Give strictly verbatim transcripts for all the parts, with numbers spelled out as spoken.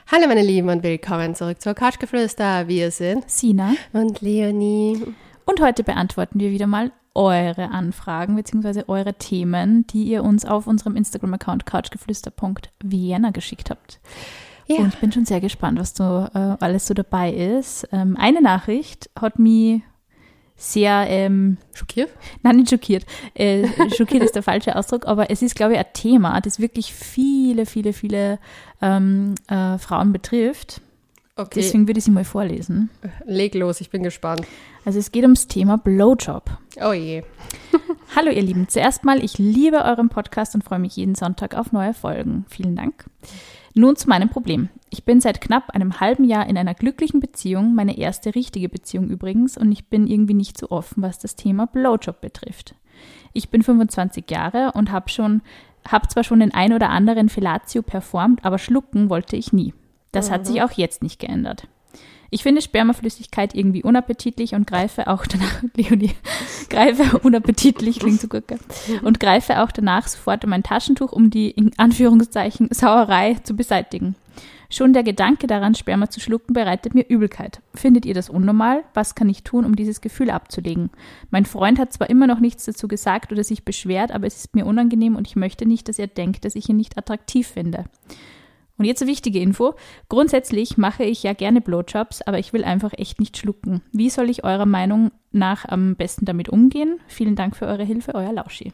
Hallo meine Lieben und willkommen zurück zur Couchgeflüster. Wir sind Sina und Leonie. Und heute beantworten wir wieder mal eure Anfragen bzw. eure Themen, die ihr uns auf unserem Instagram-Account couchgeflüster punkt vienna geschickt habt. Ja. Und ich bin schon sehr gespannt, was so äh, alles so dabei ist. Ähm, eine Nachricht hat mich sehr ähm, schockiert? Nein, nicht schockiert. Äh, schockiert ist der falsche Ausdruck, aber es ist, glaube ich, ein Thema, das wirklich viele, viele, viele ähm, äh, Frauen betrifft. Okay. Deswegen würde ich sie mal vorlesen. Leg los, ich bin gespannt. Also es geht ums Thema Blowjob. Oh je. Hallo ihr Lieben, zuerst mal, ich liebe euren Podcast und freue mich jeden Sonntag auf neue Folgen. Vielen Dank. Nun zu meinem Problem. Ich bin seit knapp einem halben Jahr in einer glücklichen Beziehung, meine erste richtige Beziehung übrigens, und ich bin irgendwie nicht so offen, was das Thema Blowjob betrifft. Ich bin fünfundzwanzig Jahre und habe schon, hab zwar schon den ein oder anderen Fellatio performt, aber schlucken wollte ich nie. Das hat sich auch jetzt nicht geändert. Ich finde Spermaflüssigkeit irgendwie unappetitlich und greife auch danach, Leonie, greife unappetitlich, klingt so gut, gell? Und greife auch danach sofort in mein Taschentuch, um die, in Anführungszeichen, Sauerei zu beseitigen. Schon der Gedanke daran, Sperma zu schlucken, bereitet mir Übelkeit. Findet ihr das unnormal? Was kann ich tun, um dieses Gefühl abzulegen? Mein Freund hat zwar immer noch nichts dazu gesagt oder sich beschwert, aber es ist mir unangenehm und ich möchte nicht, dass er denkt, dass ich ihn nicht attraktiv finde. Und jetzt eine wichtige Info. Grundsätzlich mache ich ja gerne Blowjobs, aber ich will einfach echt nicht schlucken. Wie soll ich eurer Meinung nach am besten damit umgehen? Vielen Dank für eure Hilfe, euer Lauschi.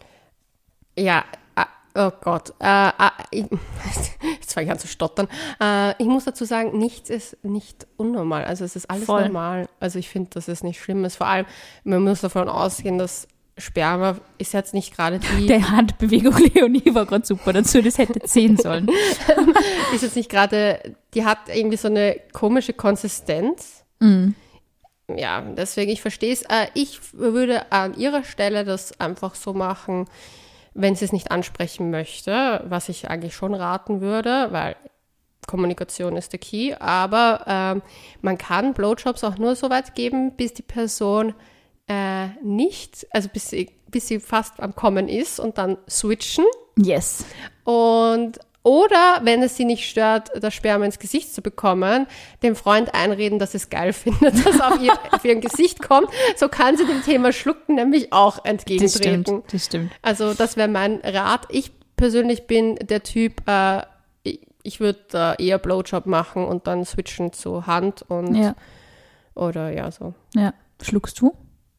Ja, oh Gott. Äh, äh, jetzt fange ich an zu stottern. Äh, ich muss dazu sagen, nichts ist nicht unnormal. Also es ist alles Voll. normal. Also ich finde, dass es nicht schlimm ist. Vor allem, man muss davon ausgehen, dass Sperma ist jetzt nicht gerade die... Der Handbewegung, Leonie, war gerade super dazu, das hätte sehen sollen. Ist jetzt nicht gerade, die hat irgendwie so eine komische Konsistenz. Mm. Ja, deswegen, ich verstehe es. Äh, ich würde an ihrer Stelle das einfach so machen, wenn sie es nicht ansprechen möchte, was ich eigentlich schon raten würde, weil Kommunikation ist der Key. Aber ähm, man kann Blowjobs auch nur so weit geben, bis die Person... Äh, nicht, also bis sie, bis sie fast am Kommen ist und dann switchen. Yes. Und, oder, wenn es sie nicht stört, das Sperma ins Gesicht zu bekommen, dem Freund einreden, dass sie es geil findet, dass es auf, ihr, auf ihrem Gesicht kommt. So kann sie dem Thema Schlucken nämlich auch entgegentreten. Das stimmt, das stimmt. Also das wäre mein Rat. Ich persönlich bin der Typ, äh, ich, ich würde äh, eher Blowjob machen und dann switchen zu Hand und ja. oder ja, so. Ja. Schluckst du?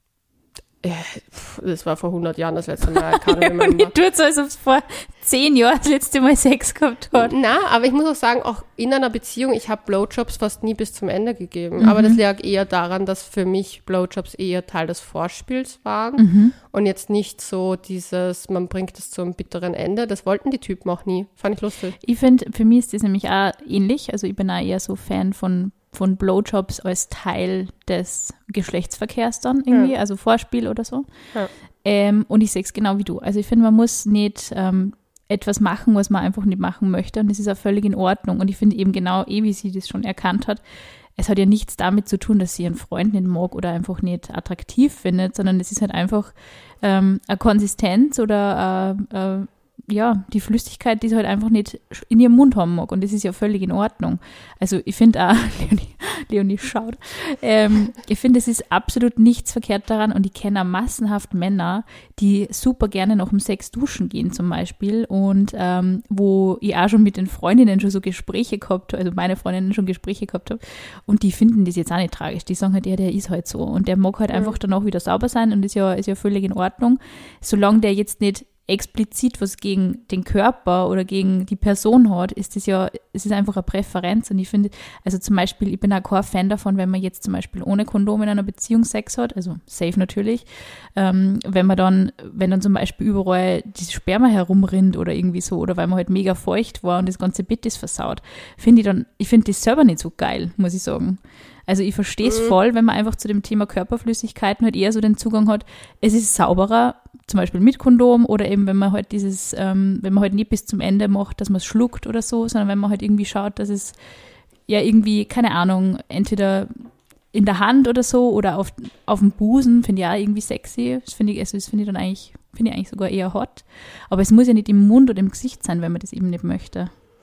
Das war vor hundert Jahren das letzte Mal. Kann ja, man tut so, als ob es vor zehn Jahren das letzte Mal Sex gehabt hat. Na, aber ich muss auch sagen, auch in einer Beziehung, ich habe Blowjobs fast nie bis zum Ende gegeben. Mhm. Aber das lag eher daran, dass für mich Blowjobs eher Teil des Vorspiels waren mhm. und jetzt nicht so dieses, man bringt es zum bitteren Ende. Das wollten die Typen auch nie. Fand ich lustig. Ich finde, für mich ist das nämlich auch ähnlich. Also ich bin auch eher so Fan von von Blowjobs als Teil des Geschlechtsverkehrs dann irgendwie, ja. also Vorspiel oder so. Ja. Ähm, und ich sehe es genau wie du. Also ich finde, man muss nicht ähm, etwas machen, was man einfach nicht machen möchte, und das ist auch völlig in Ordnung. Und ich finde eben genau, eh wie sie das schon erkannt hat, es hat ja nichts damit zu tun, dass sie ihren Freund nicht mag oder einfach nicht attraktiv findet, sondern es ist halt einfach ähm, eine Konsistenz oder äh, äh, ja, die Flüssigkeit, die sie halt einfach nicht in ihrem Mund haben mag. Und das ist ja völlig in Ordnung. Also ich finde auch, Leonie, Leonie schaut, ähm, ich finde, es ist absolut nichts verkehrt daran, und ich kenne auch massenhaft Männer, die super gerne nach dem Sex duschen gehen zum Beispiel, und ähm, wo ich auch schon mit den Freundinnen schon so Gespräche gehabt habe, also meine Freundinnen schon Gespräche gehabt habe, und die finden das jetzt auch nicht tragisch. Die sagen halt, ja, der ist halt so, und der mag halt ja. einfach danach wieder sauber sein, und ist ja, ist ja völlig in Ordnung, solange der jetzt nicht explizit was gegen den Körper oder gegen die Person hat, ist das ja, es ist einfach eine Präferenz. Und ich finde, also zum Beispiel, ich bin auch kein Fan davon, wenn man jetzt zum Beispiel ohne Kondom in einer Beziehung Sex hat, also safe natürlich, ähm, wenn man dann, wenn dann zum Beispiel überall dieses Sperma herumrinnt oder irgendwie so, oder weil man halt mega feucht war und das ganze Bett ist versaut, finde ich dann, ich finde das selber nicht so geil, muss ich sagen. Also ich verstehe es mhm. voll, wenn man einfach zu dem Thema Körperflüssigkeiten halt eher so den Zugang hat, es ist sauberer, zum Beispiel mit Kondom, oder eben wenn man halt dieses, ähm, wenn man halt nicht bis zum Ende macht, dass man es schluckt oder so, sondern wenn man halt irgendwie schaut, dass es ja irgendwie, keine Ahnung, entweder in der Hand oder so oder auf, auf dem Busen, finde ich auch irgendwie sexy. Das finde ich, also das finde ich dann eigentlich, finde ich eigentlich sogar eher hot. Aber es muss ja nicht im Mund oder im Gesicht sein, wenn man das eben nicht möchte.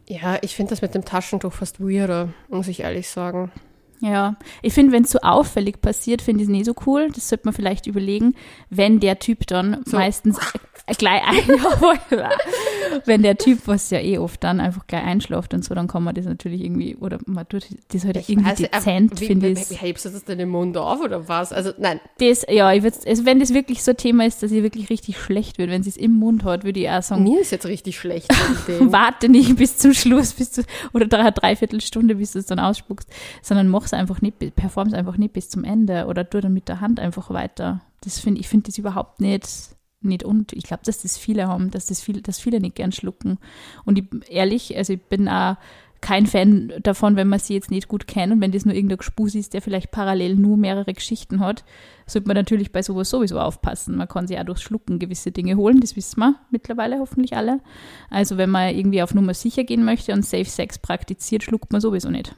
Ja, ich finde das mit dem Taschentuch fast weirder, muss ich ehrlich sagen. Ja, ich finde, wenn es so auffällig passiert, finde ich es nicht so cool. Das sollte man vielleicht überlegen, wenn der Typ dann so. meistens äh, gleich ein, wenn der Typ, was ja eh oft dann einfach gleich einschläft und so, dann kann man das natürlich irgendwie, oder man tut das halt ich irgendwie weiß, dezent, finde ich. Wie, wie hebst du das denn im Mund auf oder was? Also nein. Das, ja, ich würd, also wenn das wirklich so ein Thema ist, dass ihr wirklich richtig schlecht wird, wenn sie es im Mund hat, würde ich auch sagen. Mir ist jetzt richtig schlecht. Warte nicht bis zum Schluss, bis du, oder drei, dreiviertel Stunde, bis du es dann ausspuckst, sondern mach es einfach nicht, perform es einfach nicht bis zum Ende oder tu dann mit der Hand einfach weiter. Das finde ich finde das überhaupt nicht, nicht und ich glaube, dass das viele haben, dass das viel, dass viele nicht gern schlucken. Und ich, ehrlich, also ich bin auch kein Fan davon, wenn man sie jetzt nicht gut kennt und wenn das nur irgendein Gespus ist, der vielleicht parallel nur mehrere Geschichten hat, sollte man natürlich bei sowas sowieso aufpassen. Man kann sich auch durch Schlucken gewisse Dinge holen, das wissen wir mittlerweile hoffentlich alle. Also wenn man irgendwie auf Nummer sicher gehen möchte und Safe Sex praktiziert, schluckt man sowieso nicht.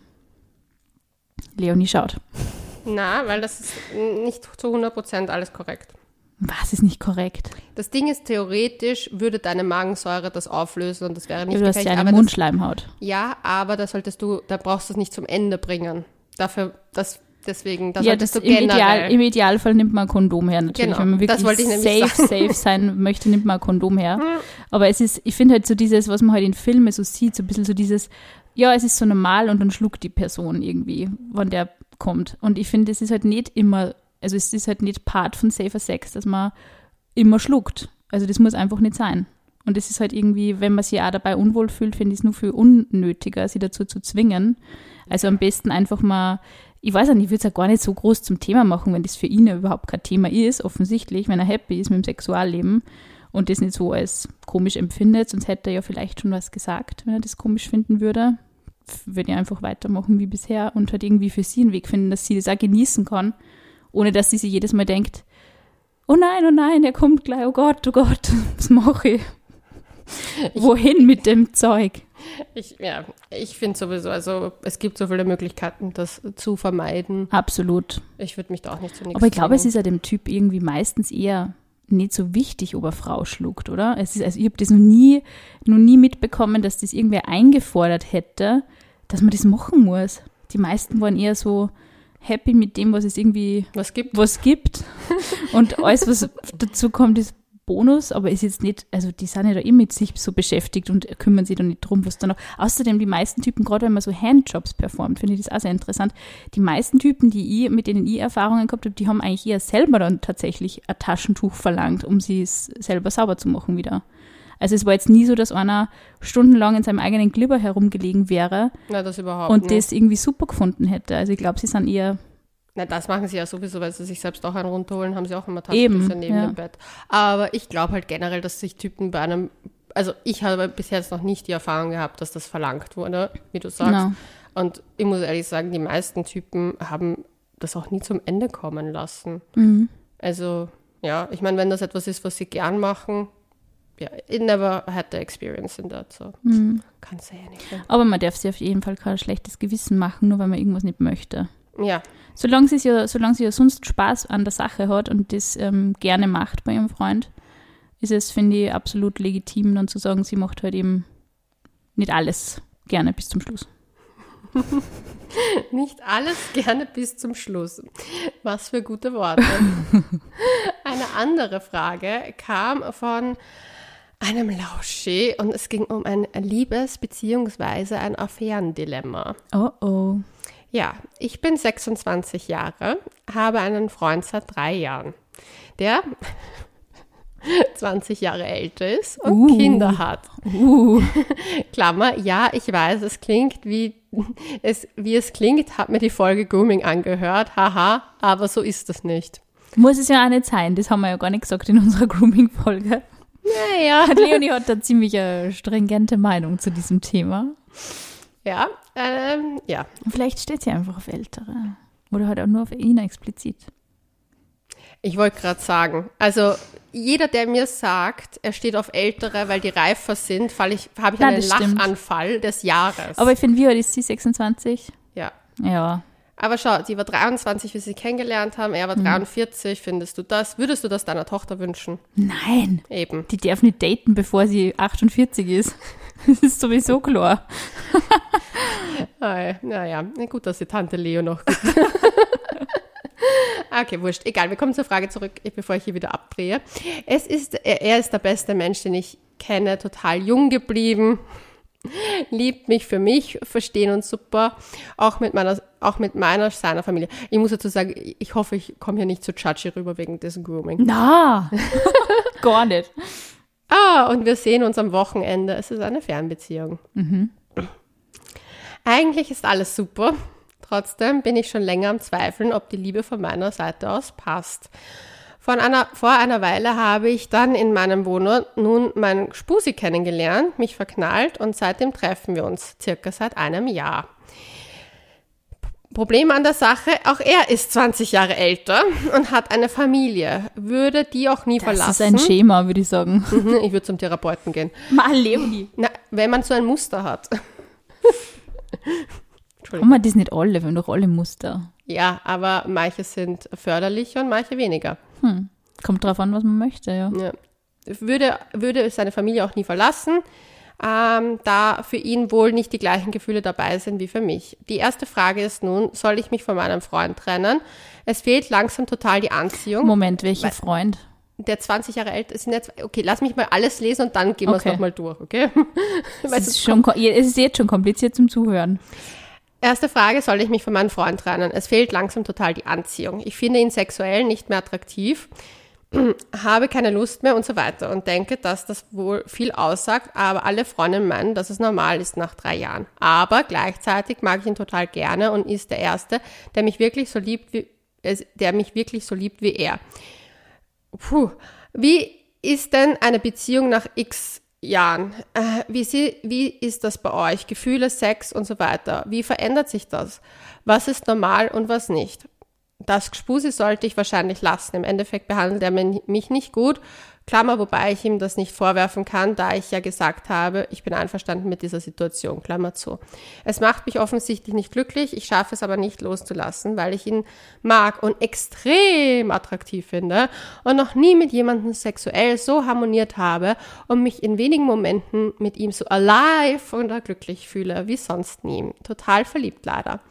Leonie schaut. Na, weil das ist nicht zu hundert Prozent alles korrekt. Was ist nicht korrekt? Das Ding ist, theoretisch würde deine Magensäure das auflösen und das wäre nicht ja, du korrekt. Du hast ja eine Mundschleimhaut. Das, ja, aber da solltest du, da brauchst du es nicht zum Ende bringen. Dafür, das, deswegen, da ja, solltest das du im generell. Ideal, Im Idealfall nimmt man ein Kondom her, natürlich. Genau, wenn man wirklich safe, safe sein möchte, nimmt man ein Kondom her. Hm. Aber es ist, ich finde halt so dieses, was man halt in Filmen so sieht, so ein bisschen so dieses, ja, es ist so normal und dann schluckt die Person irgendwie, wann der kommt. Und ich finde, es ist halt nicht immer, also es ist halt nicht Part von Safer Sex, dass man immer schluckt. Also das muss einfach nicht sein. Und es ist halt irgendwie, wenn man sich auch dabei unwohl fühlt, finde ich es nur viel unnötiger, sie dazu zu zwingen. Also am besten einfach mal, ich weiß nicht, ich würde es ja gar nicht so groß zum Thema machen, wenn das für ihn ja überhaupt kein Thema ist, offensichtlich, wenn er happy ist mit dem Sexualleben und das nicht so als komisch empfindet, sonst hätte er ja vielleicht schon was gesagt, wenn er das komisch finden würde. Würde ich einfach weitermachen wie bisher und halt irgendwie für sie einen Weg finden, dass sie das auch genießen kann, ohne dass sie sich jedes Mal denkt, oh nein, oh nein, er kommt gleich, oh Gott, oh Gott, was mache ich? ich Wohin mit dem Zeug? Ich, ja, ich finde sowieso, also es gibt so viele Möglichkeiten, das zu vermeiden. Absolut. Ich würde mich da auch nicht zu nichts Aber ich glaube, es ist ja dem Typ irgendwie meistens eher nicht so wichtig, ob er Frau schluckt, oder? Es ist, also ich habe das noch nie, noch nie mitbekommen, dass das irgendwer eingefordert hätte, dass man das machen muss. Die meisten waren eher so happy mit dem, was es irgendwie was gibt. Was gibt. Und alles, was dazu kommt, ist Bonus, aber ist jetzt nicht, also die sind ja da eh mit sich so beschäftigt und kümmern sich da nicht drum, was da noch. Außerdem die meisten Typen, gerade wenn man so Handjobs performt, finde ich das auch sehr interessant. Die meisten Typen, die ich, mit denen ich Erfahrungen gehabt habe, die haben eigentlich eher selber dann tatsächlich ein Taschentuch verlangt, um sie es selber sauber zu machen wieder. Also es war jetzt nie so, dass einer stundenlang in seinem eigenen Glibber herumgelegen wäre. Na, das überhaupt und nicht. das irgendwie super gefunden hätte. Also ich glaube, sie sind eher... Na, das machen sie ja sowieso, weil sie sich selbst auch einen runterholen, haben sie auch immer Taschentücher neben ja. dem Bett. Aber ich glaube halt generell, dass sich Typen bei einem, also ich habe bis jetzt noch nicht die Erfahrung gehabt, dass das verlangt wurde, wie du sagst. No. Und ich muss ehrlich sagen, die meisten Typen haben das auch nie zum Ende kommen lassen. Mhm. Also, ja, ich meine, wenn das etwas ist, was sie gern machen, ja, it never had the experience in that, so. Mhm. Kannst du ja nicht. Ne? Aber man darf sich auf jeden Fall kein schlechtes Gewissen machen, nur weil man irgendwas nicht möchte. Ja. Solange sie ja, solange sie ja sonst Spaß an der Sache hat und das ähm, gerne macht bei ihrem Freund, ist es, finde ich, absolut legitim, dann zu sagen, sie macht halt eben nicht alles gerne bis zum Schluss. Nicht alles gerne bis zum Schluss. Was für gute Worte. Eine andere Frage kam von einem Lauschi und es ging um ein Liebes- bzw. ein Affärendilemma. Oh oh. Ja, ich bin sechsundzwanzig Jahre, habe einen Freund seit drei Jahren, der zwanzig Jahre älter ist und uh, Kinder hat. Uh. Klammer, ja, ich weiß, es klingt wie es, wie es klingt, hat mir die Folge Grooming angehört, haha, aber so ist es nicht. Muss es ja auch nicht sein, das haben wir ja gar nicht gesagt in unserer Grooming-Folge. Naja. Leonie hat da ziemlich eine stringente Meinung zu diesem Thema. Ja, ähm, ja. Vielleicht steht sie einfach auf Ältere. Oder halt auch nur auf ihn explizit. Ich wollte gerade sagen, also jeder, der mir sagt, er steht auf Ältere, weil die reifer sind, habe ich, hab ich Nein, einen Lachanfall stimmt. des Jahres. Aber ich finde, wie alt ist sie? sechsundzwanzig? Ja. Ja. Aber schau, sie war dreiundzwanzig, wie sie kennengelernt haben, er war mhm. dreiundvierzig. Findest du das? Würdest du das deiner Tochter wünschen? Nein. Eben. Die darf nicht daten, bevor sie achtundvierzig ist. Das ist sowieso klar. Ah, naja, gut, dass die Tante Leo noch gibt. Okay, wurscht. Egal, wir kommen zur Frage zurück, bevor ich hier wieder abdrehe. Es ist, er ist der beste Mensch, den ich kenne, total jung geblieben. Liebt mich für mich, verstehen uns super, auch mit meiner, auch mit meiner, seiner Familie. Ich muss dazu sagen, ich hoffe, ich komme hier nicht zu judgy rüber wegen des Grooming. Na, gar nicht. Ah, und wir sehen uns am Wochenende. Es ist eine Fernbeziehung. Mhm. Eigentlich ist alles super. Trotzdem bin ich schon länger am Zweifeln, ob die Liebe von meiner Seite aus passt. Von einer, vor einer Weile habe ich dann in meinem Wohnort nun meinen Spusi kennengelernt, mich verknallt und seitdem treffen wir uns, circa seit einem Jahr. Problem an der Sache, auch er ist zwanzig Jahre älter und hat eine Familie, würde die auch nie das verlassen. Das ist ein Schema, würde ich sagen. Ich würde zum Therapeuten gehen. Mal Leonie. Na, wenn man so ein Muster hat. Entschuldigung. Aber das nicht alle, wir haben doch alle Muster. Ja, aber manche sind förderlicher und manche weniger. Hm. Kommt drauf an, was man möchte, ja. ja. Würde, würde seine Familie auch nie verlassen, ähm, da für ihn wohl nicht die gleichen Gefühle dabei sind wie für mich. Die erste Frage ist nun, soll ich mich von meinem Freund trennen? Es fehlt langsam total die Anziehung. Moment, welcher Freund? Der zwanzig Jahre alt ist. Jetzt, okay, lass mich mal alles lesen und dann gehen wir es okay. nochmal durch, okay? Es ist, schon, es ist jetzt schon kompliziert zum Zuhören. Erste Frage, soll ich mich von meinem Freund trennen? Es fehlt langsam total die Anziehung. Ich finde ihn sexuell nicht mehr attraktiv, habe keine Lust mehr und so weiter und denke, dass das wohl viel aussagt, aber alle Freundinnen meinen, dass es normal ist nach drei Jahren. Aber gleichzeitig mag ich ihn total gerne und ist der Erste, der mich wirklich so liebt wie, der mich wirklich so liebt wie er. Puh. Wie ist denn eine Beziehung nach x Jahren? Äh, wie, sie, wie ist das bei euch? Gefühle, Sex und so weiter. Wie verändert sich das? Was ist normal und was nicht? Das Gspusi sollte ich wahrscheinlich lassen. Im Endeffekt behandelt er mich nicht gut. Klammer, wobei ich ihm das nicht vorwerfen kann, da ich ja gesagt habe, ich bin einverstanden mit dieser Situation. Klammer zu. Es macht mich offensichtlich nicht glücklich. Ich schaffe es aber nicht loszulassen, weil ich ihn mag und extrem attraktiv finde und noch nie mit jemandem sexuell so harmoniert habe und mich in wenigen Momenten mit ihm so alive und glücklich fühle wie sonst nie. Total verliebt leider.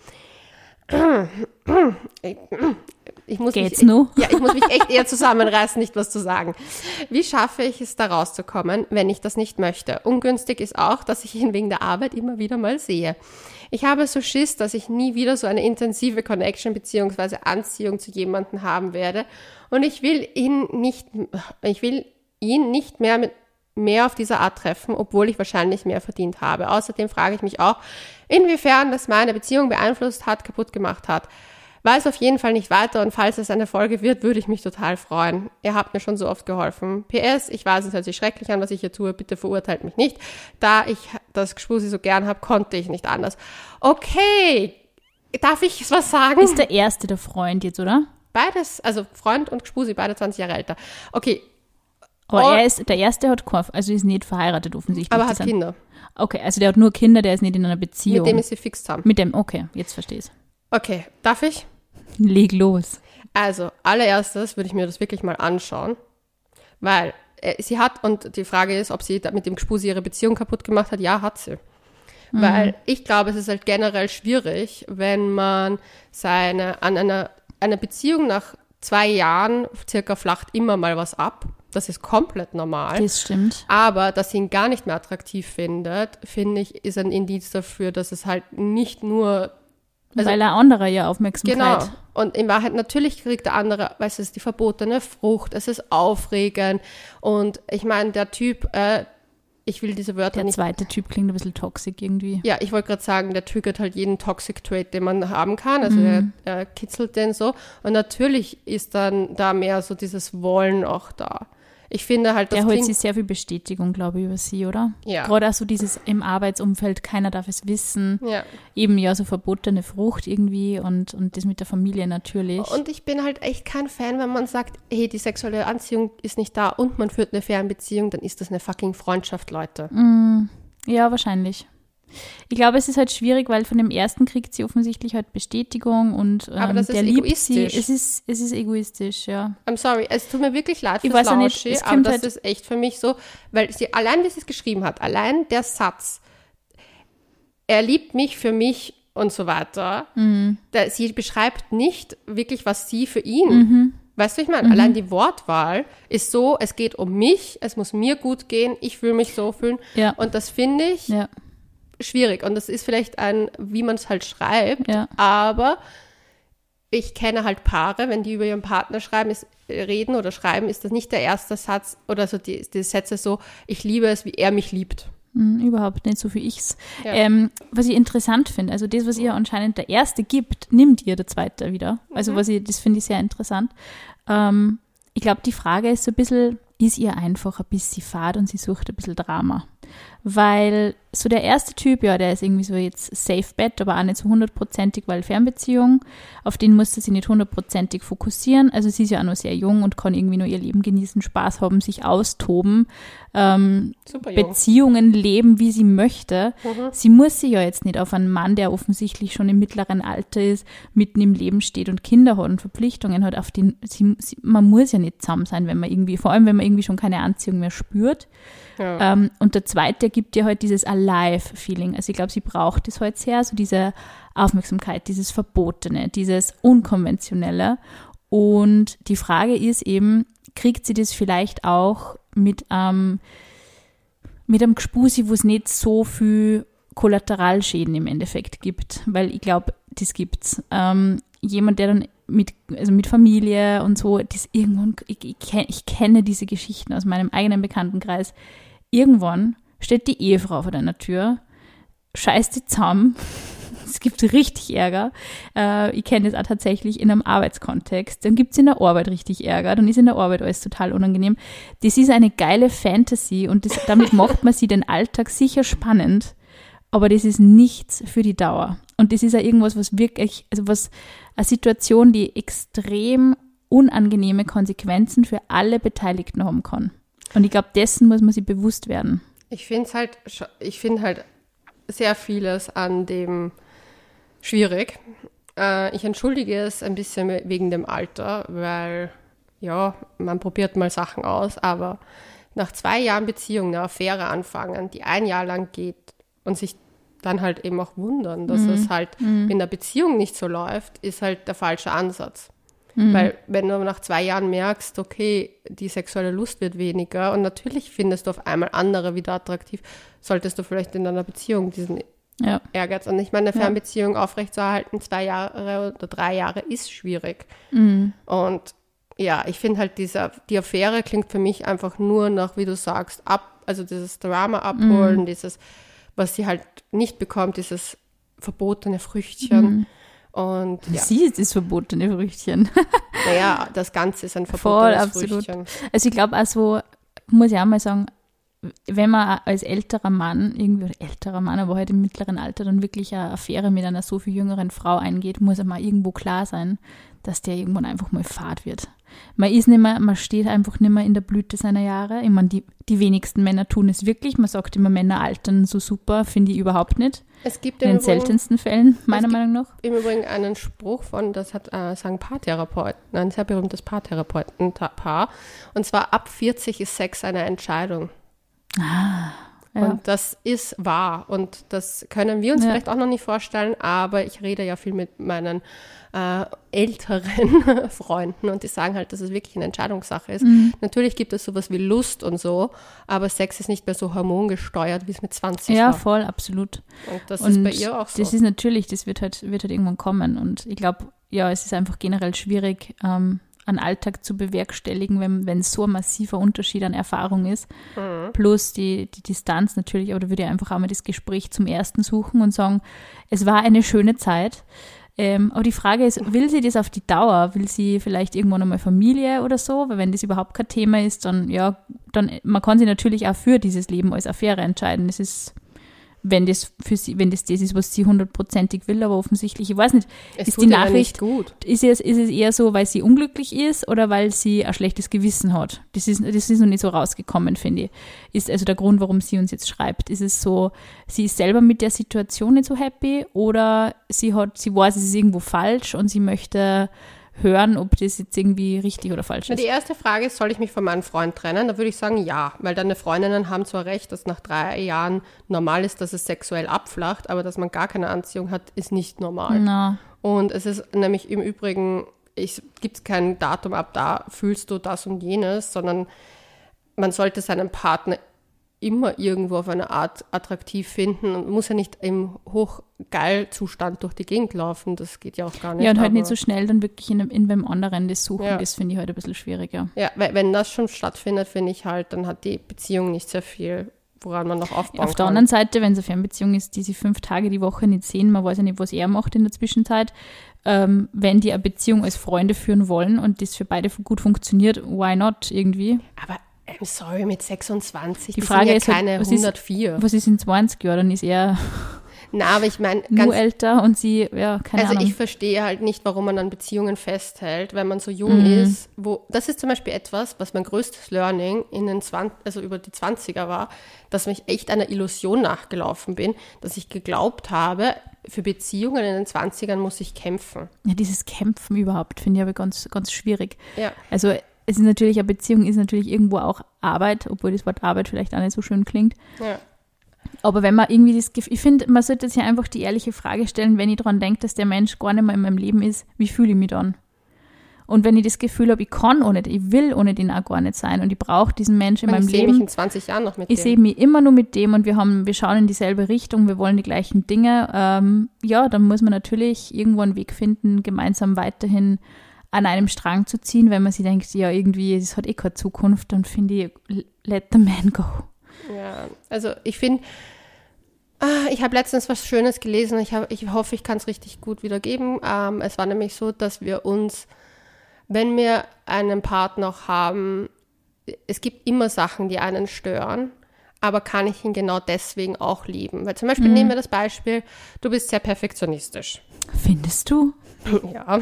Ich, ich muss Geht's mich, nur? Ja, ich muss mich echt eher zusammenreißen, nicht was zu sagen. Wie schaffe ich es, da rauszukommen, wenn ich das nicht möchte? Ungünstig ist auch, dass ich ihn wegen der Arbeit immer wieder mal sehe. Ich habe so Schiss, dass ich nie wieder so eine intensive Connection bzw. Anziehung zu jemandem haben werde und ich will ihn nicht, ich will ihn nicht mehr mit mehr auf diese Art treffen, obwohl ich wahrscheinlich mehr verdient habe. Außerdem frage ich mich auch, inwiefern das meine Beziehung beeinflusst hat, kaputt gemacht hat. Weiß auf jeden Fall nicht weiter und falls es eine Folge wird, würde ich mich total freuen. Ihr habt mir schon so oft geholfen. P S, ich weiß, es hört sich schrecklich an, was ich hier tue, bitte verurteilt mich nicht. Da ich das Gspusi so gern habe, konnte ich nicht anders. Okay, darf ich was sagen? Ist der erste der Freund jetzt, oder? Beides, also Freund und Gspusi, beide zwanzig Jahre älter. Okay. Aber oh, er ist, der erste hat keinen, also ist nicht verheiratet offensichtlich. Aber hat Kinder. Okay, also der hat nur Kinder, der ist nicht in einer Beziehung. Mit dem ist sie fix zusammen. Mit dem, okay, jetzt verstehe ich es. Okay, darf ich? Leg los. Also, allererstes würde ich mir das wirklich mal anschauen, weil äh, sie hat, und die Frage ist, ob sie mit dem Gspusi ihre Beziehung kaputt gemacht hat. Ja, hat sie. Mhm. Weil ich glaube, es ist halt generell schwierig, wenn man seine, an einer, einer Beziehung nach zwei Jahren circa flacht immer mal was ab. Das ist komplett normal. Das stimmt. Aber dass sie ihn gar nicht mehr attraktiv findet, finde ich, ist ein Indiz dafür, dass es halt nicht nur... Also, weil er anderer ja Aufmerksamkeit... Genau. Und in Wahrheit, natürlich kriegt der andere, weißt du, es ist die verbotene Frucht, es ist aufregend. Und ich meine, der Typ, äh, ich will diese Wörter der nicht... Der zweite Typ klingt ein bisschen toxisch irgendwie. Ja, ich wollte gerade sagen, der triggert halt jeden Toxic Trait, den man haben kann. Also mhm. er, er kitzelt den so. Und natürlich ist dann da mehr so dieses Wollen auch da. Ich finde halt, das der holt sich sehr viel Bestätigung, glaube ich, über sie, oder? Ja. Gerade auch so dieses im Arbeitsumfeld, keiner darf es wissen. Ja. Eben ja so verbotene Frucht irgendwie und, und das mit der Familie natürlich. Und ich bin halt echt kein Fan, wenn man sagt, hey, die sexuelle Anziehung ist nicht da und man führt eine Fernbeziehung, dann ist das eine fucking Freundschaft, Leute. Mm, ja, wahrscheinlich. Ich glaube, es ist halt schwierig, weil von dem ersten kriegt sie offensichtlich halt Bestätigung und ähm, aber das der ist liebt egoistisch. sie. Es ist, es ist egoistisch, ja. I'm sorry, es tut mir wirklich leid Ich fürs weiß auch nicht, Lauschi, es aber kommt das halt- ist echt für mich so, weil sie, allein wie sie es geschrieben hat, allein der Satz, er liebt mich für mich und so weiter, Mhm. da, sie beschreibt nicht wirklich, was sie für ihn, Mhm. weißt du, ich meine, allein die Wortwahl ist so, es geht um mich, es muss mir gut gehen, ich will mich so fühlen Ja. und das finde ich Ja. schwierig und das ist vielleicht ein, wie man es halt schreibt, Ja. aber ich kenne halt Paare, wenn die über ihren Partner schreiben, ist, reden oder schreiben, ist das nicht der erste Satz oder so die, die Sätze so, ich liebe es, wie er mich liebt. Mhm, überhaupt nicht, so wie ich's. Ja. Ähm, was ich interessant finde, also das, was ihr anscheinend der Erste gibt, nimmt ihr der Zweite wieder. Also Mhm. was ich, das finde ich sehr interessant. Ähm, ich glaube, die Frage ist so ein bisschen, ist ihr einfach ein bisschen fad und sie sucht ein bisschen Drama. Weil so der erste Typ, ja, der ist irgendwie so jetzt Safe Bet, aber auch nicht so hundertprozentig, weil Fernbeziehung, auf den musste sie nicht hundertprozentig fokussieren. Also sie ist ja auch noch sehr jung und kann irgendwie nur ihr Leben genießen, Spaß haben, sich austoben, ähm, Super jung. Beziehungen leben, wie sie möchte. Mhm. Sie muss sich ja jetzt nicht auf einen Mann, der offensichtlich schon im mittleren Alter ist, mitten im Leben steht und Kinder hat und Verpflichtungen hat, auf den, sie, sie, man muss ja nicht zusammen sein, wenn man irgendwie, vor allem wenn man irgendwie schon keine Anziehung mehr spürt. Ja. Ähm, und der zweite gibt dir halt dieses Alive-Feeling. Also ich glaube, sie braucht das halt sehr, so diese Aufmerksamkeit, dieses Verbotene, dieses Unkonventionelle. Und die Frage ist eben, kriegt sie das vielleicht auch mit, ähm, mit einem Gspusi, wo es nicht so viel Kollateralschäden im Endeffekt gibt? Weil ich glaube, das gibt's. Ähm, jemand, der dann mit, also mit Familie und so, das irgendwann, ich, ich, kenn, ich kenne diese Geschichten aus meinem eigenen Bekanntenkreis. Irgendwann steht die Ehefrau vor deiner Tür, scheißt die zusammen, es gibt richtig Ärger. Äh, ich kenne das auch tatsächlich in einem Arbeitskontext. Dann gibt es in der Arbeit richtig Ärger, dann ist in der Arbeit alles total unangenehm. Das ist eine geile Fantasy und das, damit macht man sie den Alltag sicher spannend, aber das ist nichts für die Dauer. Und das ist ja irgendwas, was wirklich, also was, eine Situation, die extrem unangenehme Konsequenzen für alle Beteiligten haben kann. Und ich glaube, dessen muss man sich bewusst werden. Ich finde es halt, sch- ich finde halt sehr vieles an dem schwierig. Äh, ich entschuldige es ein bisschen wegen dem Alter, weil, ja, man probiert mal Sachen aus, aber nach zwei Jahren Beziehung eine Affäre anfangen, die ein Jahr lang geht und sich dann halt eben auch wundern, dass Mhm. es halt Mhm. in der Beziehung nicht so läuft, ist halt der falsche Ansatz. Mhm. Weil wenn du nach zwei Jahren merkst, okay, die sexuelle Lust wird weniger und natürlich findest du auf einmal andere wieder attraktiv, solltest du vielleicht in einer Beziehung diesen Ja. Ehrgeiz. Und ich meine, eine Ja. Fernbeziehung aufrechtzuerhalten, zwei Jahre oder drei Jahre ist schwierig. Mhm. Und ja, ich finde halt, diese, die Affäre klingt für mich einfach nur nach, wie du sagst, ab, also dieses Drama abholen, Mhm. dieses, was sie halt nicht bekommt, dieses verbotene Früchtchen. Mhm. Und ja, Sie ist das verbotene Früchtchen. naja, das Ganze ist ein Voll, verbotenes absolut. Früchtchen. Also ich glaube also, muss ich auch mal sagen, wenn man als älterer Mann, irgendwie oder älterer Mann, aber halt im mittleren Alter dann wirklich eine Affäre mit einer so viel jüngeren Frau eingeht, muss einmal irgendwo klar sein, dass der irgendwann einfach mal fad wird. Man ist nicht mehr, man steht einfach nicht mehr in der Blüte seiner Jahre. Ich meine, die, die wenigsten Männer tun es wirklich. Man sagt immer, Männer altern so super, finde ich überhaupt nicht. Es gibt In im den Übrigen, seltensten Fällen, meiner gibt- Meinung nach. im Übrigen einen Spruch von, das hat äh, sagen Paartherapeuten, ein sehr berühmtes Paartherapeutenpaar. Und zwar ab vierzig ist Sex eine Entscheidung. Ja. Und das ist wahr. Und das können wir uns Ja. vielleicht auch noch nicht vorstellen, aber ich rede ja viel mit meinen äh, älteren Freunden und die sagen halt, dass es wirklich eine Entscheidungssache ist. Mhm. Natürlich gibt es sowas wie Lust und so, aber Sex ist nicht mehr so hormongesteuert, wie es mit zwanzig Ja, war. voll, absolut. Und das Und ist bei ihr auch so. Das ist natürlich, das wird halt, wird halt irgendwann kommen. Und ich glaube, ja, es ist einfach generell schwierig, ähm, einen Alltag zu bewerkstelligen, wenn wenn so ein massiver Unterschied an Erfahrung ist. Mhm. Plus die, die Distanz natürlich, aber da würde ich einfach auch mal das Gespräch zum Ersten suchen und sagen, es war eine schöne Zeit. Ähm, aber die Frage ist, will sie das auf die Dauer? Will sie vielleicht irgendwann einmal Familie oder so? Weil wenn das überhaupt kein Thema ist, dann, ja, dann, man kann sich natürlich auch für dieses Leben als Affäre entscheiden. Das ist, wenn das für sie, wenn das das ist, was sie hundertprozentig will, aber offensichtlich, ich weiß nicht, Es ist tut die ihr ja Nachricht, nicht gut. ist es, ist es eher so, weil sie unglücklich ist oder weil sie ein schlechtes Gewissen hat? Das ist, das ist noch nicht so rausgekommen, finde ich. Ist also der Grund, warum sie uns jetzt schreibt. Ist es so, sie ist selber mit der Situation nicht so happy oder sie hat, sie weiß, es ist irgendwo falsch und sie möchte hören, ob das jetzt irgendwie richtig oder falsch Na, ist. die erste Frage ist, soll ich mich von meinem Freund trennen? Da würde ich sagen, ja, weil deine Freundinnen haben zwar recht, dass nach drei Jahren normal ist, dass es sexuell abflacht, aber dass man gar keine Anziehung hat, ist nicht normal. Na, Und es ist nämlich im Übrigen, es gibt kein Datum, ab da fühlst du das und jenes, sondern man sollte seinen Partner immer irgendwo auf eine Art attraktiv finden und muss ja nicht im Hochgeil-Zustand durch die Gegend laufen, das geht ja auch gar nicht. ja, und halt aber- nicht so schnell dann wirklich in, einem- in beim anderen das suchen, Ja. das finde ich halt ein bisschen schwieriger. Ja, weil wenn das schon stattfindet, finde ich halt, dann hat die Beziehung nicht sehr viel, woran man noch aufbauen Auf der kann. anderen Seite, wenn es eine Fernbeziehung ist, die sie fünf Tage die Woche nicht sehen, man weiß ja nicht, was er macht in der Zwischenzeit, ähm, wenn die eine Beziehung als Freunde führen wollen und das für beide gut funktioniert, why not irgendwie? Aber I'm sorry, mit sechsundzwanzig, Die das Frage sind ja ist halt, keine was ist- hundertvier. Was ist in zwanzig Jahren? Dann ist er Na, aber ich meine, nur ganz älter und sie, ja, keine Also Ahnung. ich verstehe halt nicht, warum man an Beziehungen festhält, wenn man so jung Mhm. ist. Wo, das ist zum Beispiel etwas, was mein größtes Learning in den zwanzig, also über die zwanziger war, dass ich echt einer Illusion nachgelaufen bin, dass ich geglaubt habe, für Beziehungen in den zwanzigern muss ich kämpfen. Ja, dieses Kämpfen überhaupt finde ich aber ganz, ganz schwierig. Ja. Also es ist natürlich, eine Beziehung ist natürlich irgendwo auch Arbeit, obwohl das Wort Arbeit vielleicht auch nicht so schön klingt. Ja. Aber wenn man irgendwie das Gefühl, ich finde, man sollte sich einfach die ehrliche Frage stellen, wenn ich daran denke, dass der Mensch gar nicht mehr in meinem Leben ist, wie fühle ich mich dann? Und wenn ich das Gefühl habe, ich kann ohne den, ich will ohne den auch gar nicht sein und ich brauche diesen Menschen in Und meinem ich sehe mich Leben. in zwanzig Jahren noch mit Ich dem. sehe mich immer nur mit dem und wir haben, wir schauen in dieselbe Richtung, wir wollen die gleichen Dinge. Ähm, ja, dann muss man natürlich irgendwo einen Weg finden, gemeinsam weiterhin an einem Strang zu ziehen, wenn man sich denkt, ja, irgendwie, das hat eh keine Zukunft, dann finde ich, let the man go. Ja, also ich finde, ah, ich habe letztens was Schönes gelesen, ich, hab, ich hoffe, ich kann es richtig gut wiedergeben. Ähm, es war nämlich so, dass wir uns, wenn wir einen Partner auch haben, es gibt immer Sachen, die einen stören, aber kann ich ihn genau deswegen auch lieben? Weil zum Beispiel Mhm. nehmen wir das Beispiel, du bist sehr perfektionistisch. Findest du? Ja.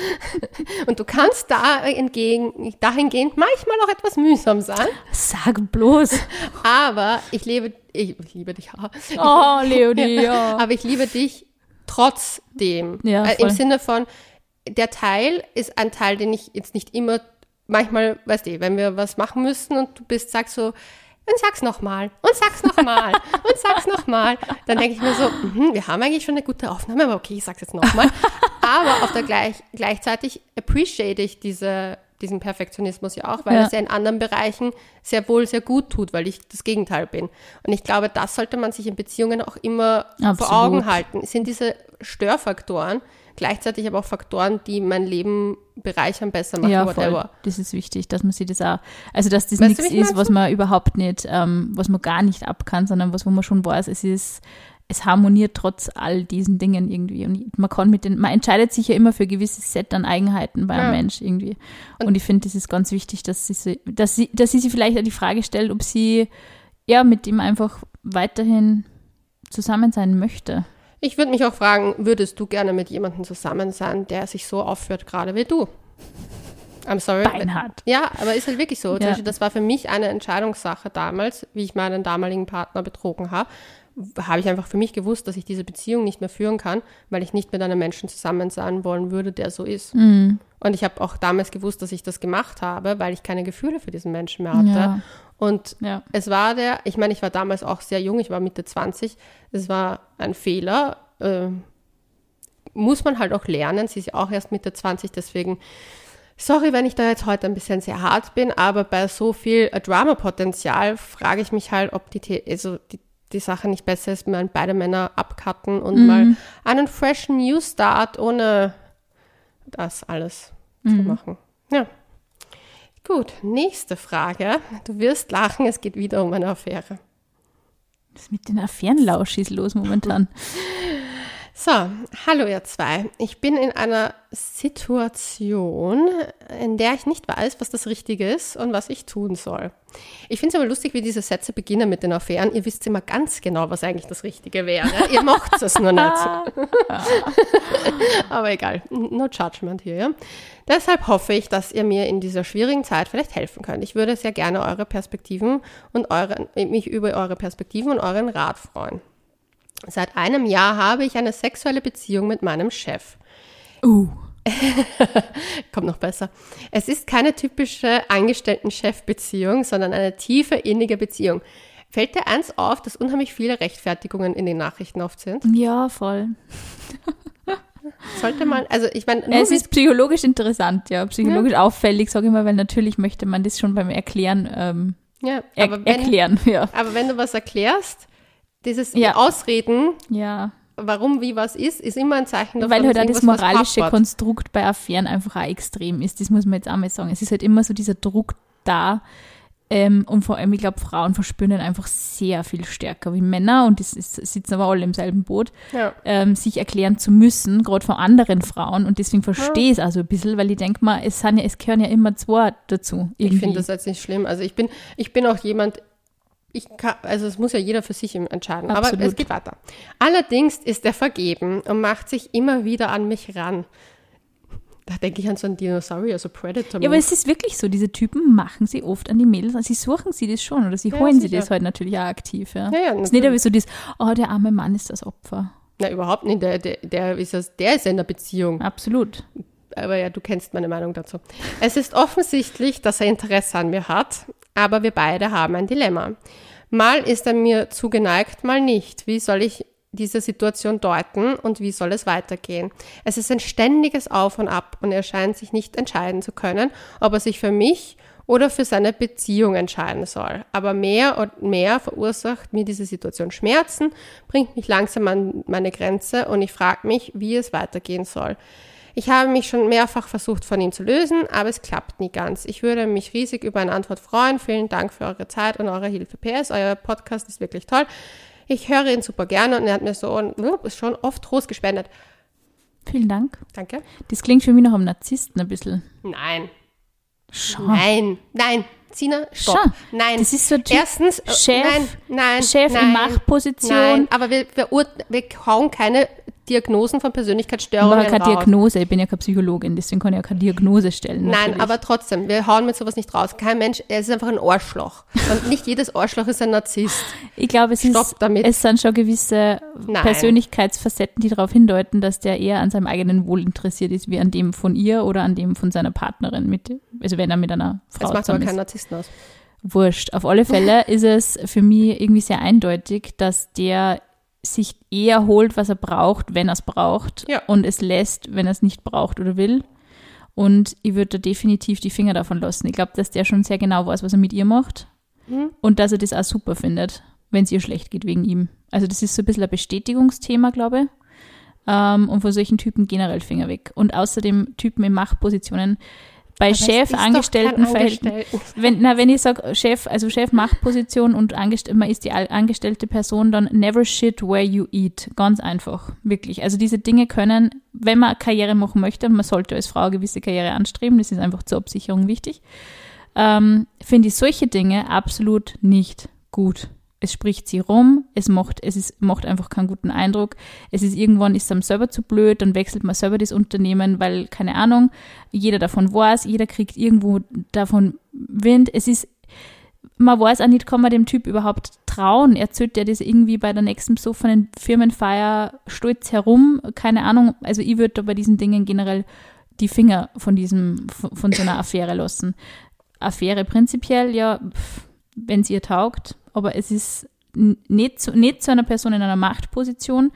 Und du kannst da entgegen, dahingehend manchmal auch etwas mühsam sein, Sag bloß. aber ich liebe, ich, ich liebe dich, ja. Oh, Leonie, ja. Aber ich liebe dich trotzdem. Ja, äh, voll. Im Sinne von, der Teil ist ein Teil, den ich jetzt nicht immer, manchmal, weißt du, wenn wir was machen müssen und du bist, sagst so, und sag's nochmal, und sag's nochmal, und sag's nochmal. Dann denke ich mir so, mhm, wir haben eigentlich schon eine gute Aufnahme, aber okay, ich sag's jetzt nochmal. Aber auf der gleich, gleichzeitig appreciate ich diese, diesen Perfektionismus ja auch, weil Ja. es ja in anderen Bereichen sehr wohl sehr gut tut, weil ich das Gegenteil bin. Und ich glaube, das sollte man sich in Beziehungen auch immer Absolut. vor Augen halten. Es sind diese Störfaktoren, gleichzeitig aber auch Faktoren, die mein Leben bereichern, besser machen, Ja, whatever. voll. Das ist wichtig, dass man sich das auch, also dass das Weißt du, nichts wie ich ist, mein? was man überhaupt nicht, ähm, was man gar nicht ab kann, sondern was, wo man schon weiß, es ist, es harmoniert trotz all diesen Dingen irgendwie. Und man kann mit den, man entscheidet sich ja immer für ein gewisses Set an Eigenheiten bei einem Ja. Mensch irgendwie. Und, ich finde, das ist ganz wichtig, dass sie, sie- dass sie, dass sie sich vielleicht auch die Frage stellt, ob sie ja mit ihm einfach weiterhin zusammen sein möchte. Ich würde mich auch fragen, würdest du gerne mit jemandem zusammen sein, der sich so aufführt, gerade wie du? I'm sorry. Beinhart. Ja, aber ist halt wirklich so. Zum Ja. Beispiel, das war für mich eine Entscheidungssache damals, wie ich meinen damaligen Partner betrogen habe. Habe ich einfach für mich gewusst, dass ich diese Beziehung nicht mehr führen kann, weil ich nicht mit einem Menschen zusammen sein wollen würde, der so ist. Mhm. Und ich habe auch damals gewusst, dass ich das gemacht habe, weil ich keine Gefühle für diesen Menschen mehr hatte. Ja. Und Ja. es war der, ich meine, ich war damals auch sehr jung, ich war Mitte zwanzig, es war ein Fehler, äh, muss man halt auch lernen, sie ist ja auch erst Mitte zwanzig, deswegen, sorry, wenn ich da jetzt heute ein bisschen sehr hart bin, aber bei so viel äh, Drama-Potenzial frage ich mich halt, ob die, The- also die, die Sache nicht besser ist, wenn beide Männer abcutten und Mhm. mal einen freshen New Start ohne das alles zu Mhm. machen. Ja. Gut, nächste Frage. Du wirst lachen, es geht wieder um eine Affäre. Was ist mit den Affärenlauschis los momentan? So, hallo ihr zwei. Ich bin in einer Situation, in der ich nicht weiß, was das Richtige ist und was ich tun soll. Ich finde es aber lustig, wie diese Sätze beginnen mit den Affären. Ihr wisst immer ganz genau, was eigentlich das Richtige wäre. Ihr macht es nur nicht. Aber egal, no judgment hier. Ja? Deshalb hoffe ich, dass ihr mir in dieser schwierigen Zeit vielleicht helfen könnt. Ich würde sehr gerne eure Perspektiven und euren, mich über eure Perspektiven und euren Rat freuen. Seit einem Jahr habe ich eine sexuelle Beziehung mit meinem Chef. Uh. Kommt noch besser. Es ist keine typische Angestellten-Chef-Beziehung, sondern eine tiefe, innige Beziehung. Fällt dir eins auf, dass unheimlich viele Rechtfertigungen in den Nachrichten oft sind? Ja, voll. Sollte man, also ich meine... Es ist psychologisch interessant, ja, psychologisch ja. auffällig, sage ich mal, weil natürlich möchte man das schon beim Erklären ähm, ja, er- wenn, erklären. Ja. Aber wenn du was erklärst, dieses ja. Ausreden, ja. warum, wie, was ist, ist immer ein Zeichen davon, weil halt dass auch das moralische Konstrukt bei Affären einfach auch extrem ist. Das muss man jetzt auch mal sagen. Es ist halt immer so dieser Druck da. Ähm, und vor allem, ich glaube, Frauen verspüren den einfach sehr viel stärker wie Männer. Und das ist, sitzen aber alle im selben Boot, ja. ähm, sich erklären zu müssen, gerade von anderen Frauen. Und deswegen verstehe ich ja. es auch so ein bisschen, weil ich denke mal, es, sind ja, es gehören ja immer zwei dazu. Irgendwie. Ich finde das jetzt nicht schlimm. Also ich bin, ich bin auch jemand... Ich kann, also es muss ja jeder für sich entscheiden, Absolut. aber es geht weiter. Allerdings ist er vergeben und macht sich immer wieder an mich ran. Da denke ich an so einen Dinosaurier, so Predator. Ja, aber es ist wirklich so, diese Typen machen sie oft an die Mädels, also sie suchen sie das schon oder sie ja, holen sicher. sie das halt natürlich auch aktiv. Ja. Ja, ja, es ist nicht aber so das, oh, der arme Mann ist das Opfer. Na, überhaupt nicht, der, der, der, ist, das, der ist in der Beziehung. Absolut. Aber ja, du kennst meine Meinung dazu. Es ist offensichtlich, dass er Interesse an mir hat, aber wir beide haben ein Dilemma. Mal ist er mir zugeneigt, mal nicht. Wie soll ich diese Situation deuten und wie soll es weitergehen? Es ist ein ständiges Auf und Ab und er scheint sich nicht entscheiden zu können, ob er sich für mich oder für seine Beziehung entscheiden soll. Aber mehr und mehr verursacht mir diese Situation Schmerzen, bringt mich langsam an meine Grenze und ich frage mich, wie es weitergehen soll. Ich habe mich schon mehrfach versucht, von ihm zu lösen, aber es klappt nie ganz. Ich würde mich riesig über eine Antwort freuen. Vielen Dank für eure Zeit und eure Hilfe. P S, euer Podcast ist wirklich toll. Ich höre ihn super gerne und er hat mir so ist schon oft Trost gespendet. Vielen Dank. Danke. Das klingt für mich noch am Narzissten ein bisschen. Nein. Schon. Nein, nein. Sina, stopp. Schon. Nein. Das ist so ein Typ, Erstens, Chef, nein, nein, Chef nein, in Machtposition. Nein, aber wir, wir, wir hauen keine Diagnosen von Persönlichkeitsstörungen Ich mache keine raus. Diagnose, ich bin ja keine Psychologin, deswegen kann ich ja keine Diagnose stellen. Nein, natürlich. aber trotzdem, wir hauen mit sowas nicht raus. Kein Mensch, er ist einfach ein Arschloch. Und nicht jedes Arschloch ist ein Narzisst. Ich glaube, es, Stopp ist, damit. es sind schon gewisse Nein. Persönlichkeitsfacetten, die darauf hindeuten, dass der eher an seinem eigenen Wohl interessiert ist, wie an dem von ihr oder an dem von seiner Partnerin. Mit, also wenn er mit einer Frau Das macht aber zusammen keinen ist. Narzissten aus. Wurscht. Auf alle Fälle ist es für mich irgendwie sehr eindeutig, dass der sich eher holt, was er braucht, wenn er es braucht Ja. und es lässt, wenn er es nicht braucht oder will. Und ich würde da definitiv die Finger davon lassen. Ich glaube, dass der schon sehr genau weiß, was er mit ihr macht Mhm. und dass er das auch super findet, wenn es ihr schlecht geht wegen ihm. Also das ist so ein bisschen ein Bestätigungsthema, glaube ich. Ähm, und von solchen Typen generell Finger weg. Und außerdem Typen in Machtpositionen, bei Aber es Chef, ist doch Angestellten, kein Angestellten. wenn, na, wenn ich sage Chef, also Chef, Machtposition und angest- man ist die angestellte Person, dann never shit where you eat. Ganz einfach, wirklich. Also diese Dinge können, wenn man Karriere machen möchte, man sollte als Frau eine gewisse Karriere anstreben, das ist einfach zur Absicherung wichtig, ähm, finde ich solche Dinge absolut nicht gut. Es spricht sie rum, es macht, es ist, macht einfach keinen guten Eindruck. Es ist irgendwann, ist es einem selber zu blöd, dann wechselt man selber das Unternehmen, weil, keine Ahnung, jeder davon weiß, jeder kriegt irgendwo davon Wind. Es ist, man weiß auch nicht, kann man dem Typ überhaupt trauen. Erzählt der das irgendwie bei der nächsten besoffenen Firmenfeier stolz herum? Keine Ahnung. Also ich würde da bei diesen Dingen generell die Finger von diesem, von, von so einer Affäre lassen. Affäre prinzipiell, ja, pff, wenn es ihr taugt, aber es ist nicht zu, nicht zu einer Person in einer Machtposition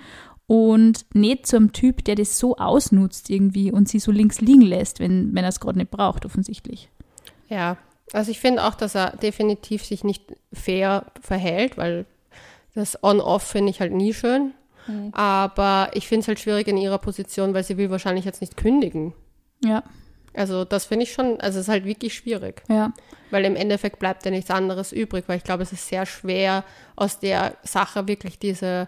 und nicht zu einem Typ, der das so ausnutzt irgendwie und sie so links liegen lässt, wenn, wenn er es gerade nicht braucht, offensichtlich. Ja, also ich finde auch, dass er definitiv sich nicht fair verhält, weil das On-Off finde ich halt nie schön. Mhm. Aber ich finde es halt schwierig in ihrer Position, weil sie will wahrscheinlich jetzt nicht kündigen. Ja. Also das finde ich schon, also es ist halt wirklich schwierig. Ja. Weil im Endeffekt bleibt ja nichts anderes übrig, weil ich glaube, es ist sehr schwer, aus der Sache wirklich diese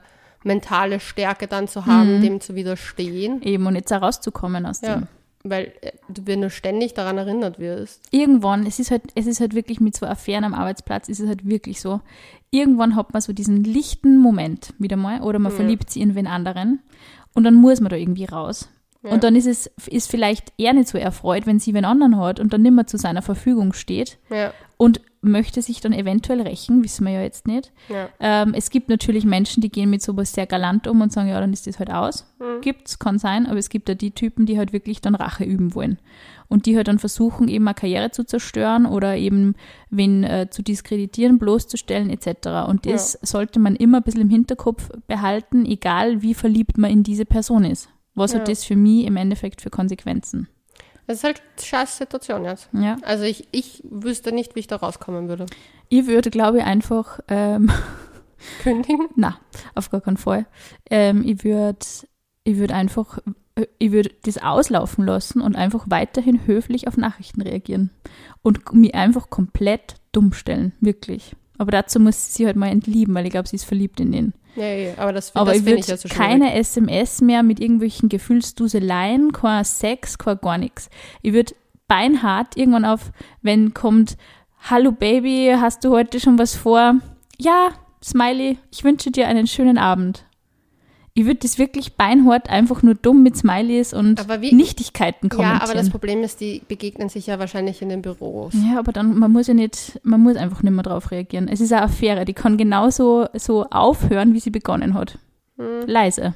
mentale Stärke dann zu haben, Mhm. dem zu widerstehen. Eben, und jetzt auch rauszukommen aus Ja, dem. weil äh, du, wenn du ständig daran erinnert wirst. Irgendwann, es ist halt, es ist halt wirklich mit so Affären am Arbeitsplatz, ist es halt wirklich so, irgendwann hat man so diesen lichten Moment wieder mal oder man Ja. verliebt sich in wen anderen und dann muss man da irgendwie raus. Ja. Und dann ist es ist vielleicht er nicht so erfreut, wenn sie wen anderen hat und dann nicht mehr zu seiner Verfügung steht Ja, und möchte sich dann eventuell rächen, wissen wir ja jetzt nicht. ja. Ähm, es gibt natürlich Menschen, die gehen mit sowas sehr galant um und sagen, ja, dann ist das halt aus. Mhm. Gibt's, kann sein, aber es gibt ja die Typen, die halt wirklich dann Rache üben wollen. Und die halt dann versuchen, eben eine Karriere zu zerstören oder eben wen äh, zu diskreditieren, bloßzustellen et cetera. Und das Ja. sollte man immer ein bisschen im Hinterkopf behalten, egal wie verliebt man in diese Person ist. Was Ja. hat das für mich im Endeffekt für Konsequenzen? Das ist halt eine scheiß Situation jetzt. Ja. Also ich, ich wüsste nicht, wie ich da rauskommen würde. Ich würde, glaube ich, einfach, ähm, Kündigen? na, auf gar keinen Fall. Ähm, ich würde ich würd einfach, äh, ich würde das auslaufen lassen und einfach weiterhin höflich auf Nachrichten reagieren. Und mich einfach komplett dumm stellen, wirklich. Aber dazu muss sie halt mal entlieben, weil ich glaube, sie ist verliebt in den. Ja, ja, aber das, Aber das ich finde würde ich ja so schwierig. keine S M S mehr mit irgendwelchen Gefühlsduseleien, kein Sex, kein gar nichts. Ich würde beinhart irgendwann auf, wenn kommt, hallo Baby, hast du heute schon was vor? Ja, Smiley, ich wünsche dir einen schönen Abend. Ich würde das wirklich beinhart einfach nur dumm mit Smileys und Aber wie- Nichtigkeiten kommentieren. Ja, aber das Problem ist, die begegnen sich ja wahrscheinlich in den Büros. Ja, aber dann, man muss ja nicht, man muss einfach nicht mehr drauf reagieren. Es ist eine Affäre, die kann genauso so aufhören, wie sie begonnen hat. Hm. Leise.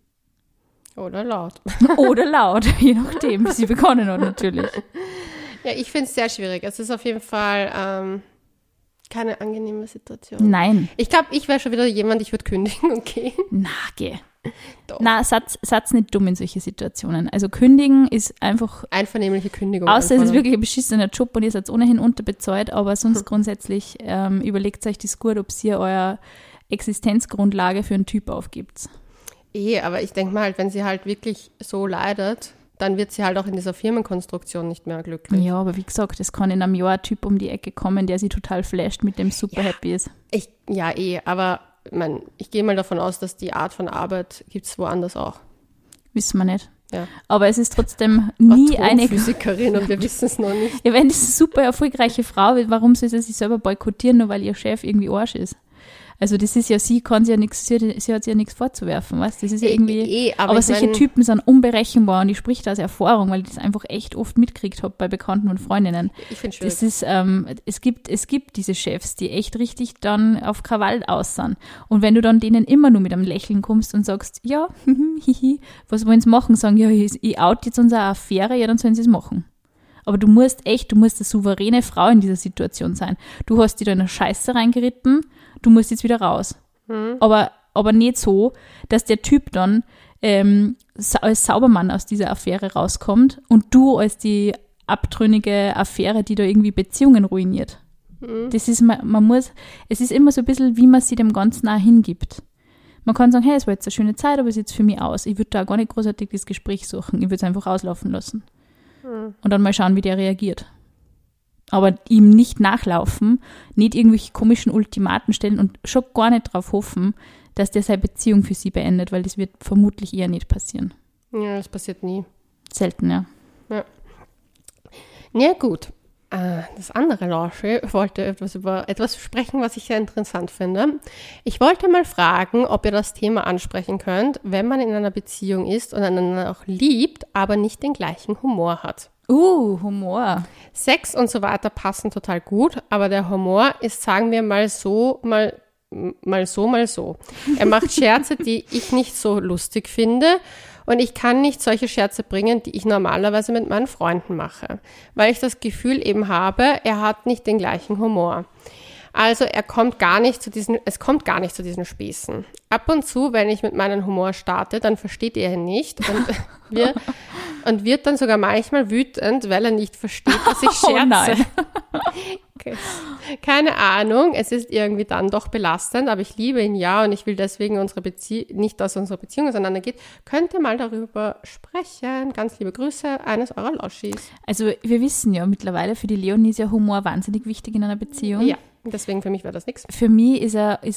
Oder laut. Oder laut, je nachdem, wie sie begonnen hat natürlich. Ja, ich finde es sehr schwierig. Es ist auf jeden Fall ähm, keine angenehme Situation. Nein, Ich glaube, ich wäre schon wieder jemand, ich würde kündigen und gehen. na, geh. Doch. Na, Satz, Satz nicht dumm in solche Situationen. Also kündigen ist einfach, Einvernehmliche Kündigung. außer es ist einfordern. wirklich ein beschissener Job und ihr seid ohnehin unterbezahlt, aber sonst grundsätzlich ähm, überlegt euch das gut, ob ihr eure Existenzgrundlage für einen Typ aufgibt. Eh, aber ich denke mal halt, wenn sie halt wirklich so leidet, dann wird sie halt auch in dieser Firmenkonstruktion nicht mehr glücklich. Ja, aber wie gesagt, es kann in einem Jahr ein Typ um die Ecke kommen, der sie total flasht, mit dem super happy ist. Ich, ja, eh, aber ich, mein, ich gehe mal davon aus, dass die Art von Arbeit gibt es woanders auch. Wissen wir nicht. Ja. Aber es ist trotzdem nie eine... Physikerin und wir wissen es noch nicht. Ja, wenn das eine super erfolgreiche Frau wird, warum soll sie sich selber boykottieren, nur weil ihr Chef irgendwie Arsch ist? Also das ist ja, sie kann sie ja nichts, sie, hat- sie hat sich ja nichts vorzuwerfen, weißt? Das ist ja irgendwie... Eh, eh, aber aber ich solche mein- Typen sind unberechenbar und ich spreche da aus Erfahrung, weil ich das einfach echt oft mitgekriegt habe bei Bekannten und Freundinnen. Ich finde es schwierig. Das ist, ähm, es gibt, es gibt diese Chefs, die echt richtig dann auf Krawall aussahen. Und wenn du dann denen immer nur mit einem Lächeln kommst und sagst, ja, hihi, was wollen sie machen? Sagen, ja, ich, ich out jetzt unsere Affäre, ja, dann sollen sie es machen. Aber du musst echt, du musst eine souveräne Frau in dieser Situation sein. Du hast dich da in eine Scheiße reingeritten, du musst jetzt wieder raus. Hm. Aber, aber nicht so, dass der Typ dann ähm, sa- als Saubermann aus dieser Affäre rauskommt und du als die abtrünnige Affäre, die da irgendwie Beziehungen ruiniert. Hm. Das ist, man, man muss, es ist immer so ein bisschen, wie man sich dem Ganzen auch hingibt. Man kann sagen, hey, es war jetzt eine schöne Zeit, aber es ist jetzt für mich aus. Ich würde da gar nicht großartig das Gespräch suchen. Ich würde es einfach auslaufen lassen. Hm. Und dann mal schauen, wie der reagiert. Aber ihm nicht nachlaufen, nicht irgendwelche komischen Ultimaten stellen und schon gar nicht darauf hoffen, dass der seine Beziehung für sie beendet, weil das wird vermutlich eher nicht passieren. Ja, das passiert nie. Selten, ja. Ja, gut. Äh, Das andere Lausche wollte etwas über etwas sprechen, was ich sehr interessant finde. Ich wollte mal fragen, ob ihr das Thema ansprechen könnt, wenn man in einer Beziehung ist und einander auch liebt, aber nicht den gleichen Humor hat. Uh, Humor. Sex und so weiter passen total gut, aber der Humor ist, sagen wir mal so, mal, mal so, mal so. Er macht Scherze, die ich nicht so lustig finde und ich kann nicht solche Scherze bringen, die ich normalerweise mit meinen Freunden mache, weil ich das Gefühl eben habe, er hat nicht den gleichen Humor. Also er kommt gar nicht zu diesen, es kommt gar nicht zu diesen Späßen. Ab und zu, wenn ich mit meinem Humor starte, dann versteht er ihn nicht und, wir, und wird dann sogar manchmal wütend, weil er nicht versteht, dass ich scherze. Oh nein. Okay. Keine Ahnung, es ist irgendwie dann doch belastend, aber ich liebe ihn ja und ich will deswegen unsere Bezie- nicht, dass unsere Beziehung auseinandergeht. Könnt ihr mal darüber sprechen? Ganz liebe Grüße, eines eurer Lauschis. Also wir wissen ja mittlerweile, für die Leonie ist ja Humor wahnsinnig wichtig in einer Beziehung. Ja, deswegen für mich wäre das nichts. Für mich ist er, ist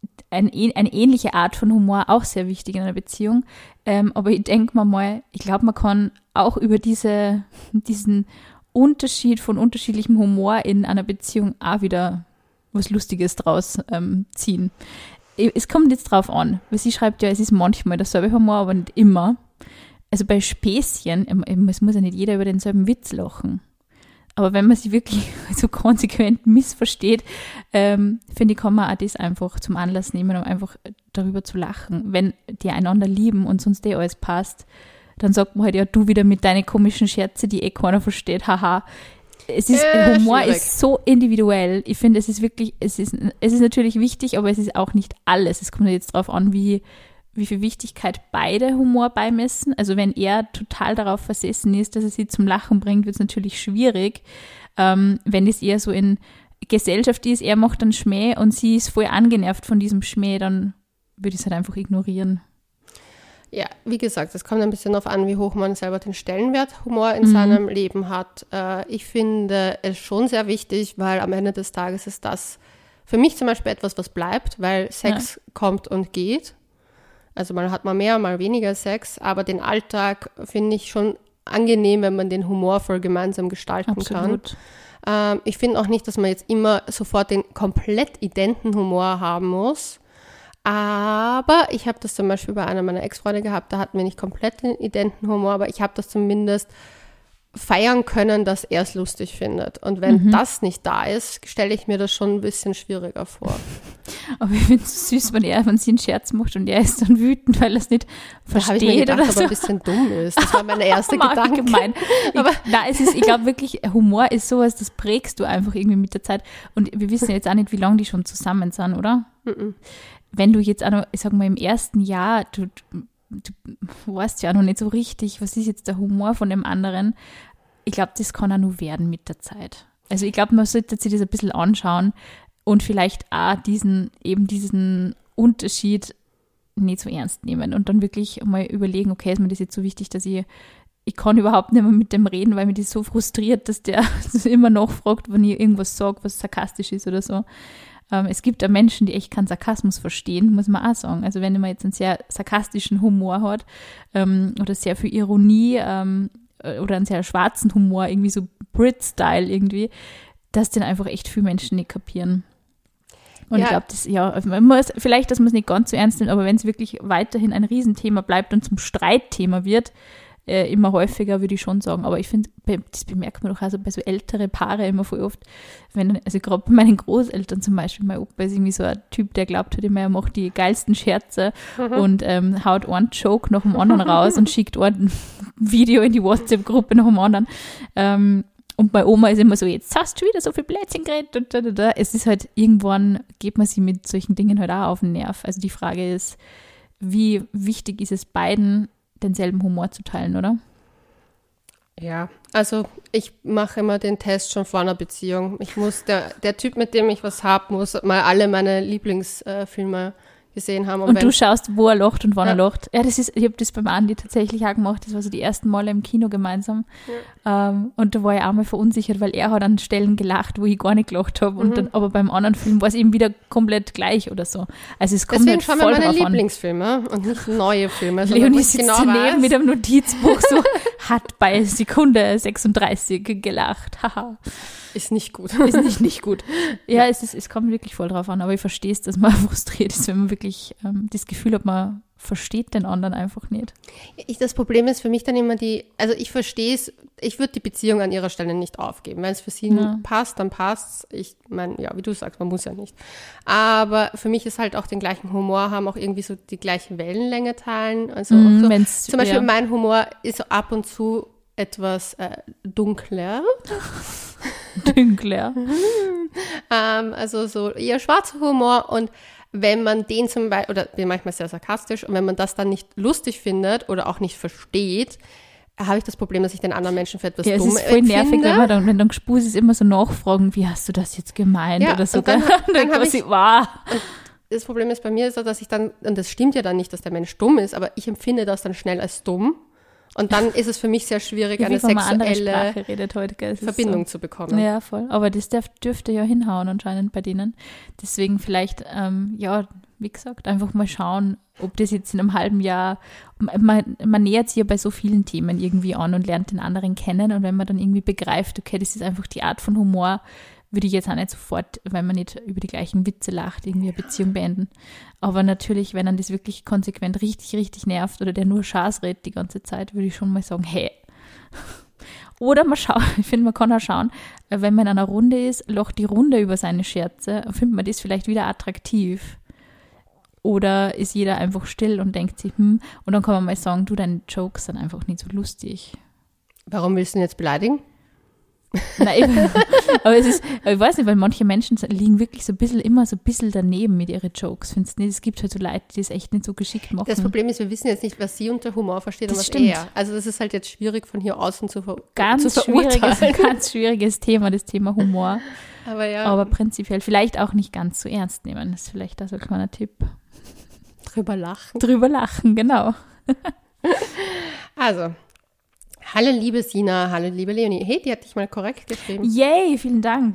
ein, eine ähnliche Art von Humor auch sehr wichtig in einer Beziehung. Ähm, aber ich denke mir mal, ich glaube, man kann auch über diese, diesen Unterschied von unterschiedlichem Humor in einer Beziehung auch wieder was Lustiges draus ähm, ziehen. Es kommt jetzt drauf an, weil sie schreibt ja, es ist manchmal derselbe Humor, aber nicht immer. Also bei Späßchen, es muss ja nicht jeder über denselben Witz lachen. Aber wenn man sie wirklich so konsequent missversteht, ähm, finde ich, kann man auch das einfach zum Anlass nehmen, um einfach darüber zu lachen. Wenn die einander lieben und sonst eh alles passt, dann sagt man halt, ja, du wieder mit deinen komischen Scherze, die eh keiner versteht, haha. Es ist, äh, Humor schwierig. ist so individuell. Ich finde, es ist wirklich, es ist, es ist natürlich wichtig, aber es ist auch nicht alles. Es kommt jetzt darauf an, wie, wie viel Wichtigkeit beide Humor beimessen. Also wenn er total darauf versessen ist, dass er sie zum Lachen bringt, wird es natürlich schwierig. Ähm, wenn es eher so in Gesellschaft ist, er macht dann Schmäh und sie ist voll angenervt von diesem Schmäh, dann würde ich es halt einfach ignorieren. Ja, wie gesagt, es kommt ein bisschen darauf an, wie hoch man selber den Stellenwert Humor in Mhm. seinem Leben hat. Äh, ich finde es schon sehr wichtig, weil am Ende des Tages ist das für mich zum Beispiel etwas, was bleibt, weil Sex ja. kommt und geht. Also man hat mal mehr, mal weniger Sex, aber den Alltag finde ich schon angenehm, wenn man den humorvoll gemeinsam gestalten Absolut. kann. Ähm, ich finde auch nicht, dass man jetzt immer sofort den komplett identen Humor haben muss. Aber ich habe das zum Beispiel bei einer meiner Ex-Freunde gehabt, da hatten wir nicht komplett den identen Humor, aber ich habe das zumindest feiern können, dass er es lustig findet. Und wenn mhm. das nicht da ist, stelle ich mir das schon ein bisschen schwieriger vor. Aber ich finde es süß, wenn er, wenn sie einen Scherz macht und er ist dann wütend, weil er es nicht versteht. Da habe ich mir gedacht, oder so. so. Aber ein bisschen dumm ist. Das war meine erste Gedanke. Gemein. Aber ich, nein, es ist, ich glaube wirklich, Humor ist sowas, das prägst du einfach irgendwie mit der Zeit. Und wir wissen ja jetzt auch nicht, wie lange die schon zusammen sind, oder? Mhm. Wenn du jetzt auch noch, ich sag mal, im ersten Jahr, du, du weißt ja noch nicht so richtig, was ist jetzt der Humor von dem anderen. Ich glaube, das kann auch nur werden mit der Zeit. Also ich glaube, man sollte sich das ein bisschen anschauen und vielleicht auch diesen, eben diesen Unterschied nicht so ernst nehmen und dann wirklich mal überlegen, okay, ist mir das jetzt so wichtig, dass ich, ich kann überhaupt nicht mehr mit dem reden, weil mich das so frustriert, dass der immer nachfragt, wenn ich irgendwas sage, was sarkastisch ist oder so. Ähm, es gibt ja Menschen, die echt keinen Sarkasmus verstehen, muss man auch sagen. Also wenn man jetzt einen sehr sarkastischen Humor hat ähm, oder sehr viel Ironie ähm, oder einen sehr schwarzen Humor, irgendwie so Brit-Style irgendwie, dass den einfach echt viele Menschen nicht kapieren. Und ja. ich glaube, das, ja, man muss, vielleicht, dass man es nicht ganz so ernst nimmt, aber wenn es wirklich weiterhin ein Riesenthema bleibt und zum Streitthema wird, äh, immer häufiger, würde ich schon sagen. Aber ich finde, das bemerkt man doch also bei so ältere Paare immer voll oft, wenn, also gerade bei meinen Großeltern zum Beispiel, mein Opa ist irgendwie so ein Typ, der glaubt halt immer, er macht die geilsten Scherze mhm. und ähm, haut einen Joke nach dem anderen raus und schickt ein Video in die WhatsApp-Gruppe nach dem anderen. Ähm, und bei Oma ist immer so, jetzt hast du wieder so viel Blödsinn geredet. Und da, da, da. Es ist halt, irgendwann geht man sie mit solchen Dingen halt auch auf den Nerv. Also die Frage ist, wie wichtig ist es beiden, denselben Humor zu teilen, oder? Ja, also ich mache immer den Test schon vor einer Beziehung. Ich muss, der, der Typ, mit dem ich was habe, muss mal alle meine Lieblingsfilme gesehen haben. Und, und wenn, du schaust, wo er lacht und wann ja. er lacht. Ja, das ist, ich habe das beim Andi tatsächlich auch gemacht. Das war so die ersten Male im Kino gemeinsam. Ja. Ähm, und da war ich auch mal verunsichert, weil er hat an Stellen gelacht, wo ich gar nicht gelacht habe. Mhm. Und dann, aber beim anderen Film war es eben wieder komplett gleich oder so. Also es kommt Deswegen halt schauen voll wir meine drauf Lieblingsfilme und nicht neue Filme. Leonie sitzt genau daneben mit einem Notizbuch so, hat bei Sekunde sechsunddreißig gelacht. Haha. Ist nicht gut. Ist nicht, nicht gut. Ja, es, ist, es kommt wirklich voll drauf an, aber ich verstehe es, dass man frustriert ist, wenn man wirklich ähm, das Gefühl hat, man versteht den anderen einfach nicht. Ich, das Problem ist für mich dann immer die, also ich verstehe es, ich würde die Beziehung an ihrer Stelle nicht aufgeben. Wenn es für sie ja. passt, dann passt es. Ich meine, ja, wie du sagst, man muss ja nicht. Aber für mich ist halt auch den gleichen Humor haben, auch irgendwie so die gleiche Wellenlänge teilen. Also mm, auch so, zum Beispiel ja. mein Humor ist so ab und zu etwas äh, dunkler. Dunkler. ähm, also so eher schwarzer Humor und wenn man den zum Beispiel, oder bin manchmal sehr sarkastisch, und wenn man das dann nicht lustig findet oder auch nicht versteht, habe ich das Problem, dass ich den anderen Menschen für etwas ja, dumm empfinde. Es ist voll empfinde. nervig, wenn man dann, wenn dann gespust ist, immer so nachfragen, wie hast du das jetzt gemeint ja, oder so. Und dann, dann, dann habe ich, ich, wow. Und das Problem ist bei mir, so, dass ich dann, und das stimmt ja dann nicht, dass der Mensch dumm ist, aber ich empfinde das dann schnell als dumm. Und dann ist es für mich sehr schwierig, wie eine sexuelle redet heute, gell? Verbindung so. zu bekommen. Ja, voll. Aber das darf, dürfte ja hinhauen anscheinend bei denen. Deswegen vielleicht, ähm, ja, wie gesagt, einfach mal schauen, ob das jetzt in einem halben Jahr, man, man nähert sich ja bei so vielen Themen irgendwie an und lernt den anderen kennen und wenn man dann irgendwie begreift, okay, das ist einfach die Art von Humor, würde ich jetzt auch nicht sofort, weil man nicht über die gleichen Witze lacht, irgendwie eine Beziehung beenden. Aber natürlich, wenn dann das wirklich konsequent richtig, richtig nervt oder der nur Schaß redet die ganze Zeit, würde ich schon mal sagen, hey. Oder man schaut, ich finde, man kann auch schauen, wenn man in einer Runde ist, lacht die Runde über seine Scherze, findet man das vielleicht wieder attraktiv. Oder ist jeder einfach still und denkt sich, hm, und dann kann man mal sagen, du, deine Jokes sind einfach nicht so lustig. Warum willst du ihn jetzt beleidigen? Nein, aber es ist, aber ich weiß nicht, weil manche Menschen liegen wirklich so ein bisschen, immer so ein bisschen daneben mit ihren Jokes. Findest du nicht? Es gibt halt so Leute, die es echt nicht so geschickt machen. Das Problem ist, wir wissen jetzt nicht, was sie unter Humor versteht das und was stimmt. er. Also das ist halt jetzt schwierig von hier außen zu, ver ganz zu verurteilen. Schwieriges, ganz schwieriges Thema, das Thema Humor. Aber ja. Aber prinzipiell vielleicht auch nicht ganz so ernst nehmen. Das ist vielleicht auch so ein kleiner Tipp. Drüber lachen. Drüber lachen, genau. Also, hallo liebe Sina, hallo liebe Leonie. Hey, die hat dich mal korrekt geschrieben. Yay, vielen Dank.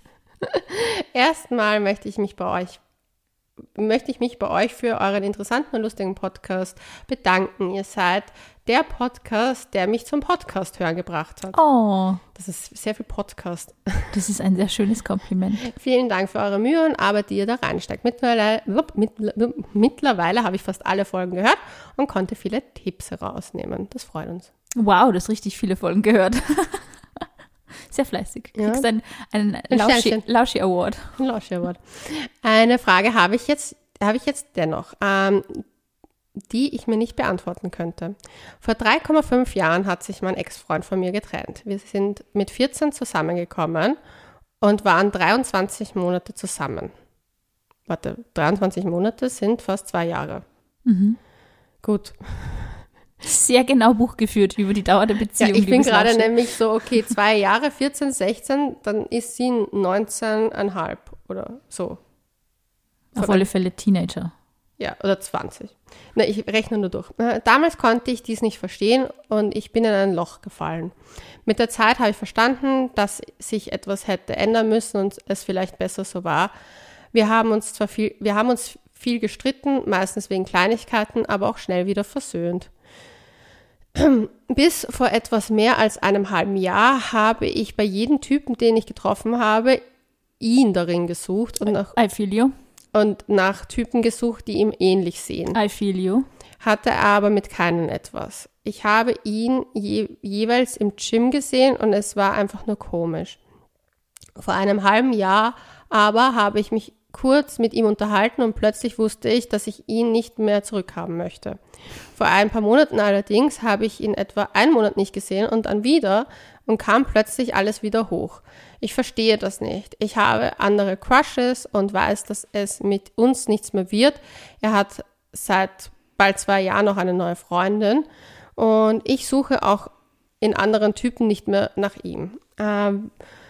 Erstmal möchte ich mich bei euch möchte ich mich bei euch für euren interessanten und lustigen Podcast bedanken. Ihr seid der Podcast, der mich zum Podcast hören gebracht hat. Oh. Das ist sehr viel Podcast. Das ist ein sehr schönes Kompliment. Vielen Dank für eure Mühe und Arbeit, die ihr da reinsteckt. Mittlerweile, mittlerweile habe ich fast alle Folgen gehört und konnte viele Tipps herausnehmen. Das freut uns. Wow, du hast richtig viele Folgen gehört. Sehr fleißig. Du ja. kriegst einen, einen Lauschi, Lauschi Award. Ein Lauschi Award. Eine Frage habe ich jetzt, habe ich jetzt dennoch, ähm, die ich mir nicht beantworten könnte. Vor drei Komma fünf Jahren hat sich mein Ex-Freund von mir getrennt. Wir sind mit vierzehn zusammengekommen und waren dreiundzwanzig Monate zusammen. Warte, dreiundzwanzig Monate sind fast zwei Jahre. Mhm. Gut. Sehr genau Buch geführt über die Dauer der Beziehung. Ja, ich bin gerade nämlich so, okay, zwei Jahre, vierzehn, sechzehn, dann ist sie neunzehn Komma fünf oder so. Auf alle Fälle Teenager. Ja, oder zwanzig. Na, ich rechne nur durch. Damals konnte ich dies nicht verstehen und ich bin in ein Loch gefallen. Mit der Zeit habe ich verstanden, dass sich etwas hätte ändern müssen und es vielleicht besser so war. Wir haben uns zwar viel, wir haben uns viel gestritten, meistens wegen Kleinigkeiten, aber auch schnell wieder versöhnt. Bis vor etwas mehr als einem halben Jahr habe ich bei jedem Typen, den ich getroffen habe, ihn darin gesucht und nach, I feel you. und nach Typen gesucht, die ihm ähnlich sehen. I feel you. Hatte aber mit keinem etwas. Ich habe ihn je, jeweils im Gym gesehen und es war einfach nur komisch. Vor einem halben Jahr aber habe ich mich kurz mit ihm unterhalten und plötzlich wusste ich, dass ich ihn nicht mehr zurückhaben möchte. Vor ein paar Monaten allerdings habe ich ihn etwa einen Monat nicht gesehen und dann wieder und kam plötzlich alles wieder hoch. Ich verstehe das nicht. Ich habe andere Crushes und weiß, dass es mit uns nichts mehr wird. Er hat seit bald zwei Jahren noch eine neue Freundin und ich suche auch in anderen Typen nicht mehr nach ihm. Ähm,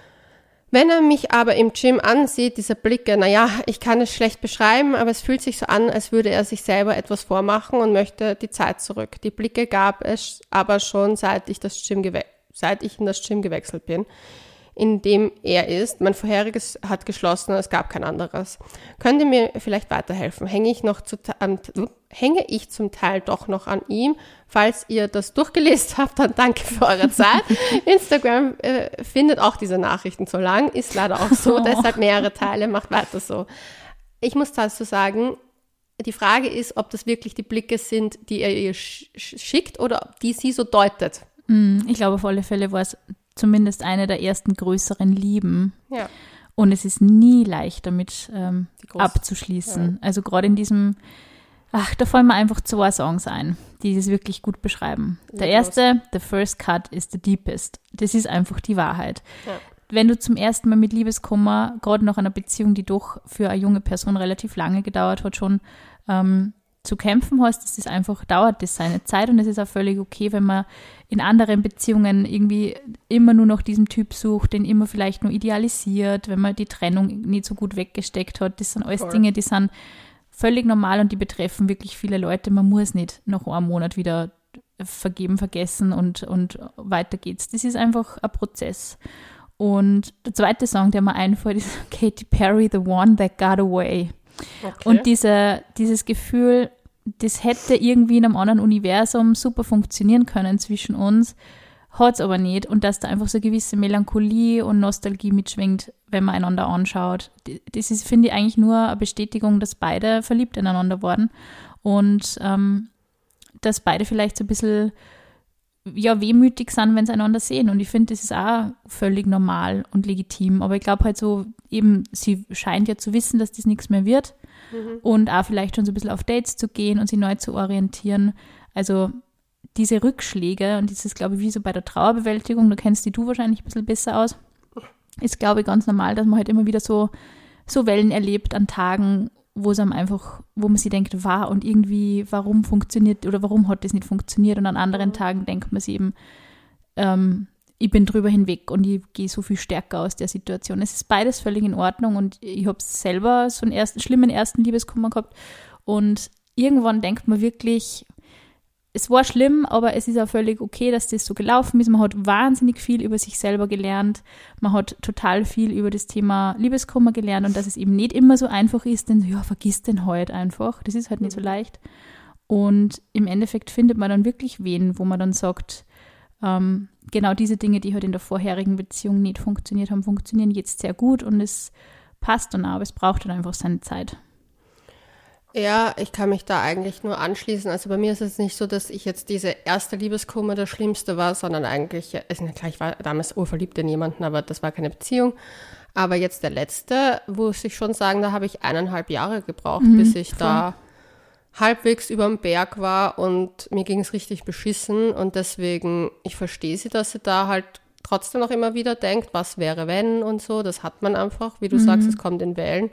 Wenn er mich aber im Gym ansieht, diese Blicke, naja, ich kann es schlecht beschreiben, aber es fühlt sich so an, als würde er sich selber etwas vormachen und möchte die Zeit zurück. Die Blicke gab es aber schon, seit ich, das Gym gewe- seit ich in das Gym gewechselt bin, in dem er ist. Mein vorheriges hat geschlossen und es gab kein anderes. Könnt ihr mir vielleicht weiterhelfen? Hänge ich, noch zu, ähm, hänge ich zum Teil doch noch an ihm? Falls ihr das durchgelesen habt, dann danke für eure Zeit. Instagram äh, findet auch diese Nachrichten so lang, ist leider auch so, oh. Deshalb mehrere Teile, macht weiter so. Ich muss dazu sagen, die Frage ist, ob das wirklich die Blicke sind, die er ihr sch- schickt oder die sie so deutet. Ich glaube, auf alle Fälle war es zumindest eine der ersten größeren Lieben. Ja. Und es ist nie leicht, damit ähm, abzuschließen. Ja. Also gerade in diesem, ach, da fallen mir einfach zwei Songs ein, die das wirklich gut beschreiben. Ja, der erste, The First Cut is the Deepest. Das ist einfach die Wahrheit. Ja. Wenn du zum ersten Mal mit Liebeskummer, gerade nach einer Beziehung, die doch für eine junge Person relativ lange gedauert hat, schon ähm, zu kämpfen hast, das ist einfach, dauert das seine Zeit und es ist auch völlig okay, wenn man in anderen Beziehungen irgendwie immer nur nach diesem Typ sucht, den immer vielleicht nur idealisiert, wenn man die Trennung nicht so gut weggesteckt hat. Das sind alles Voll. Dinge, die sind völlig normal und die betreffen wirklich viele Leute. Man muss nicht nach einem Monat wieder vergeben, vergessen und, und weiter geht's. Das ist einfach ein Prozess. Und der zweite Song, der mir einfällt, ist Katy Perry, The One That Got Away. Okay. Und diese, dieses Gefühl, das hätte irgendwie in einem anderen Universum super funktionieren können zwischen uns, hat es aber nicht. Und dass da einfach so eine gewisse Melancholie und Nostalgie mitschwingt, wenn man einander anschaut. Das ist, finde ich, eigentlich nur eine Bestätigung, dass beide verliebt ineinander waren und ähm, dass beide vielleicht so ein bisschen ja, wehmütig sind, wenn sie einander sehen. Und ich finde, das ist auch völlig normal und legitim. Aber ich glaube halt so, eben, sie scheint ja zu wissen, dass das nichts mehr wird mhm. und auch vielleicht schon so ein bisschen auf Dates zu gehen und sich neu zu orientieren. Also diese Rückschläge, und das ist, glaube ich, wie so bei der Trauerbewältigung, da kennst die du wahrscheinlich ein bisschen besser aus, ist, glaube ich, ganz normal, dass man halt immer wieder so, so Wellen erlebt an Tagen, wo es einem einfach, wo man sich denkt, war und irgendwie, warum funktioniert oder warum hat das nicht funktioniert, und an anderen Tagen denkt man sich eben, ähm, ich bin drüber hinweg und ich gehe so viel stärker aus der Situation. Es ist beides völlig in Ordnung, und ich habe selber so einen ersten, schlimmen ersten Liebeskummer gehabt, und irgendwann denkt man wirklich, es war schlimm, aber es ist auch völlig okay, dass das so gelaufen ist. Man hat wahnsinnig viel über sich selber gelernt. Man hat total viel über das Thema Liebeskummer gelernt, und dass es eben nicht immer so einfach ist, denn ja, vergiss den halt einfach. Das ist halt nicht so leicht. Und im Endeffekt findet man dann wirklich wen, wo man dann sagt, ähm, genau diese Dinge, die halt in der vorherigen Beziehung nicht funktioniert haben, funktionieren jetzt sehr gut, und es passt dann auch, aber es braucht dann einfach seine Zeit. Ja, ich kann mich da eigentlich nur anschließen. Also bei mir ist es nicht so, dass ich jetzt diese erste Liebeskummer das Schlimmste war, sondern eigentlich, also klar, ich war damals urverliebt in jemanden, aber das war keine Beziehung. Aber jetzt der letzte, muss ich schon sagen, da habe ich eineinhalb Jahre gebraucht, mhm, bis ich voll. da halbwegs überm Berg war, und mir ging es richtig beschissen, und deswegen, ich verstehe sie, dass sie da halt trotzdem noch immer wieder denkt, was wäre wenn und so. Das hat man einfach, wie du mhm. sagst, es kommt in Wellen.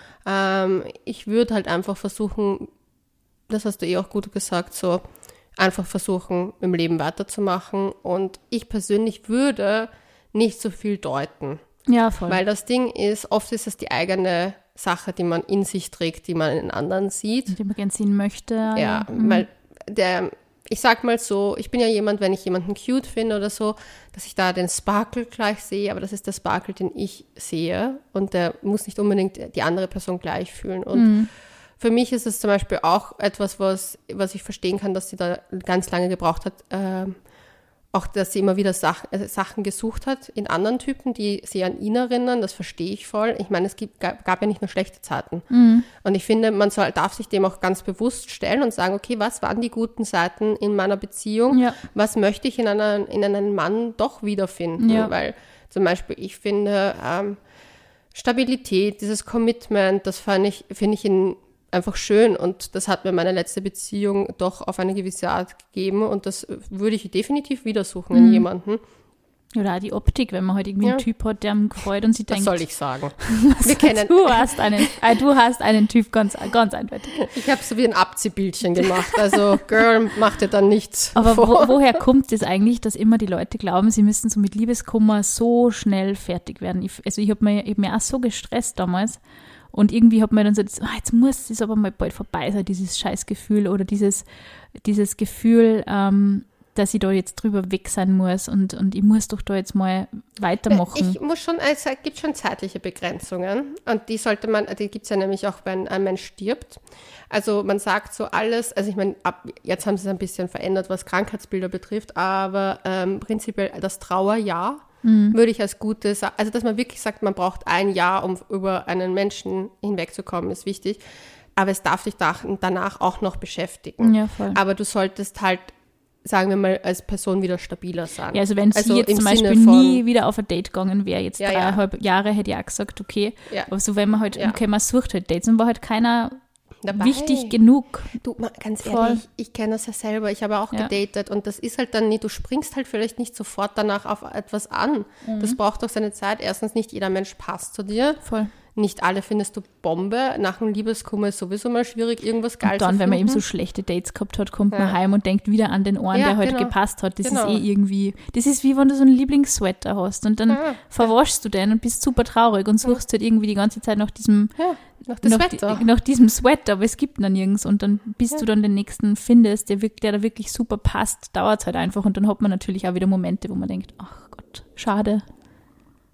Ähm, ich würde halt einfach versuchen, das hast du eh auch gut gesagt, so einfach versuchen, im Leben weiterzumachen. Und ich persönlich würde nicht so viel deuten. Ja, voll. Weil das Ding ist, oft ist es die eigene Sache, die man in sich trägt, die man in anderen sieht. Die man gerne sehen möchte. Ja, ja. Mhm. weil der, ich sag mal so, ich bin ja jemand, wenn ich jemanden cute finde oder so, dass ich da den Sparkle gleich sehe, aber das ist der Sparkle, den ich sehe, und der muss nicht unbedingt die andere Person gleich fühlen. Und mhm. für mich ist es zum Beispiel auch etwas, was, was ich verstehen kann, dass sie da ganz lange gebraucht hat, äh, auch, dass sie immer wieder Sachen, äh, Sachen gesucht hat in anderen Typen, die sie an ihn erinnern. Das verstehe ich voll. Ich meine, es gibt, gab, gab ja nicht nur schlechte Zeiten. Mhm. Und ich finde, man soll, darf sich dem auch ganz bewusst stellen und sagen, okay, was waren die guten Seiten in meiner Beziehung? Ja. Was möchte ich in, einer, in einem Mann doch wiederfinden? Ja. Weil zum Beispiel, ich finde, ähm, Stabilität, dieses Commitment, das fand ich, finde ich in einfach schön, und das hat mir meine letzte Beziehung doch auf eine gewisse Art gegeben, und das würde ich definitiv wieder suchen mhm. in jemanden. Oder auch die Optik, wenn man halt irgendwie ja. einen Typ hat, der am freut und sich denkt... Was soll ich sagen? Wir kennen du hast einen, äh, du hast einen Typ ganz, ganz eindeutig. Ich habe so wie ein Abziehbildchen gemacht, also Girl, mach dir dann nichts Aber vor. Wo, woher kommt es das eigentlich, dass immer die Leute glauben, sie müssen so mit Liebeskummer so schnell fertig werden? Ich, also ich habe mich, hab mich auch so gestresst damals. Und irgendwie hat man dann so, das, oh, jetzt muss es aber mal bald vorbei sein, dieses Scheißgefühl oder dieses, dieses Gefühl, ähm, dass ich da jetzt drüber weg sein muss, und, und ich muss doch da jetzt mal weitermachen. Ich muss schon, also es gibt schon zeitliche Begrenzungen, und die sollte man, die gibt es ja nämlich auch, wenn ein Mensch stirbt. Also man sagt so alles, also ich meine, ab, jetzt haben sie es ein bisschen verändert, was Krankheitsbilder betrifft, aber ähm, prinzipiell das Trauerjahr, Mhm. würde ich als gutes, also dass man wirklich sagt, man braucht ein Jahr, um über einen Menschen hinwegzukommen, ist wichtig. Aber es darf dich danach auch noch beschäftigen. Ja, voll. Aber du solltest halt, sagen wir mal, als Person wieder stabiler sein. Ja, also wenn sie also jetzt zum Beispiel von, nie wieder auf ein Date gegangen wäre, jetzt ja, dreieinhalb ja. Jahre, hätte ich auch gesagt, okay. Ja. Aber so wenn man halt, ja. okay, man sucht halt Dates, und war halt keiner dabei. Wichtig genug. Du, ganz Voll. ehrlich, ich kenne das ja selber, ich habe auch ja. gedatet, und das ist halt dann nicht, du springst halt vielleicht nicht sofort danach auf etwas an. Mhm. Das braucht doch seine Zeit. Erstens, nicht jeder Mensch passt zu dir. Voll. Nicht alle findest du Bombe. Nach einem Liebeskummer ist sowieso mal schwierig, irgendwas geil und dann, zu finden. wenn man eben so schlechte Dates gehabt hat, kommt ja. man heim und denkt wieder an den Ohren, ja, der heute genau. gepasst hat. Das genau. ist eh irgendwie, das ist wie wenn du so einen Lieblingssweater hast, und dann ja. verwaschst du den und bist super traurig und suchst halt irgendwie die ganze Zeit nach diesem ja. Nach, nach, Sweater. Die, nach diesem Sweater, aber es gibt ihn dann nirgends, und dann bis ja. du dann den nächsten findest, der, wirklich, der da wirklich super passt, dauert es halt einfach, und dann hat man natürlich auch wieder Momente, wo man denkt, ach Gott, schade.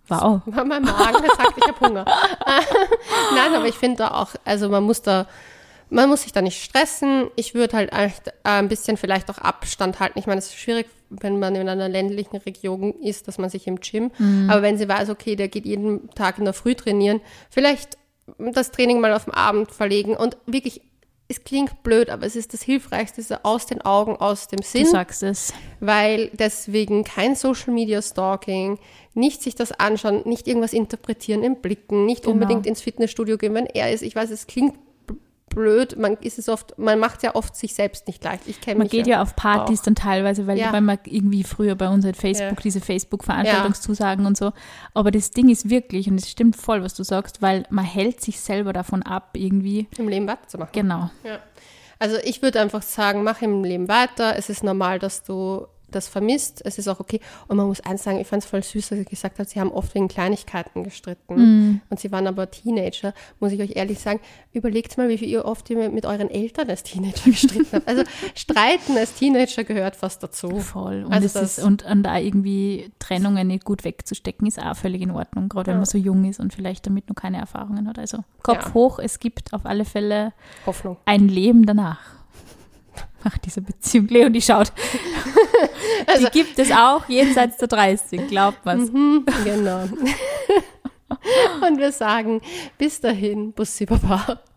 Wow. War mein Magen, der sagt, ich habe Hunger. Nein, aber ich finde da auch, also man muss da, man muss sich da nicht stressen. Ich würde halt echt ein bisschen vielleicht auch Abstand halten. Ich meine, es ist schwierig, wenn man in einer ländlichen Region ist, dass man sich im Gym, mhm. aber wenn sie weiß, okay, der geht jeden Tag in der Früh trainieren, vielleicht das Training mal auf den Abend verlegen und wirklich, es klingt blöd, aber es ist das Hilfreichste, so aus den Augen, aus dem Sinn. Du sagst es. Weil deswegen kein Social Media Stalking, nicht sich das anschauen, nicht irgendwas interpretieren in Blicken, nicht genau. unbedingt ins Fitnessstudio gehen, wenn er ist. Ich weiß, es klingt blöd, man ist es oft, man macht ja oft sich selbst nicht leicht. Ich kenne mich mich Man geht ja, ja auf Partys auch. Dann teilweise, weil, ja. weil man irgendwie früher bei uns halt Facebook, ja. diese Facebook-Veranstaltungszusagen ja. und so. Aber das Ding ist wirklich, und es stimmt voll, was du sagst, weil man hält sich selber davon ab, irgendwie im Leben weiterzumachen. Genau. Ja. Also ich würde einfach sagen, mach im Leben weiter. Es ist normal, dass du das vermisst. Es ist auch okay. Und man muss eins sagen, ich fand es voll süß, dass sie gesagt hat, sie haben oft wegen Kleinigkeiten gestritten. Mm. Und sie waren aber Teenager. Muss ich euch ehrlich sagen, überlegt mal, wie viel ihr oft mit euren Eltern als Teenager gestritten habt. Also Streiten als Teenager gehört fast dazu. Voll. Und, also es ist, und, und da irgendwie Trennungen nicht gut wegzustecken, ist auch völlig in Ordnung. Gerade ja. wenn man so jung ist und vielleicht damit noch keine Erfahrungen hat. Also Kopf ja. hoch, es gibt auf alle Fälle Hoffnung. Ein Leben danach. Nach dieser Beziehung. Leonie schaut. Also, die gibt es auch jenseits der dreißig, glaubt man es. Mhm, genau. Und wir sagen bis dahin, Bussi Baba.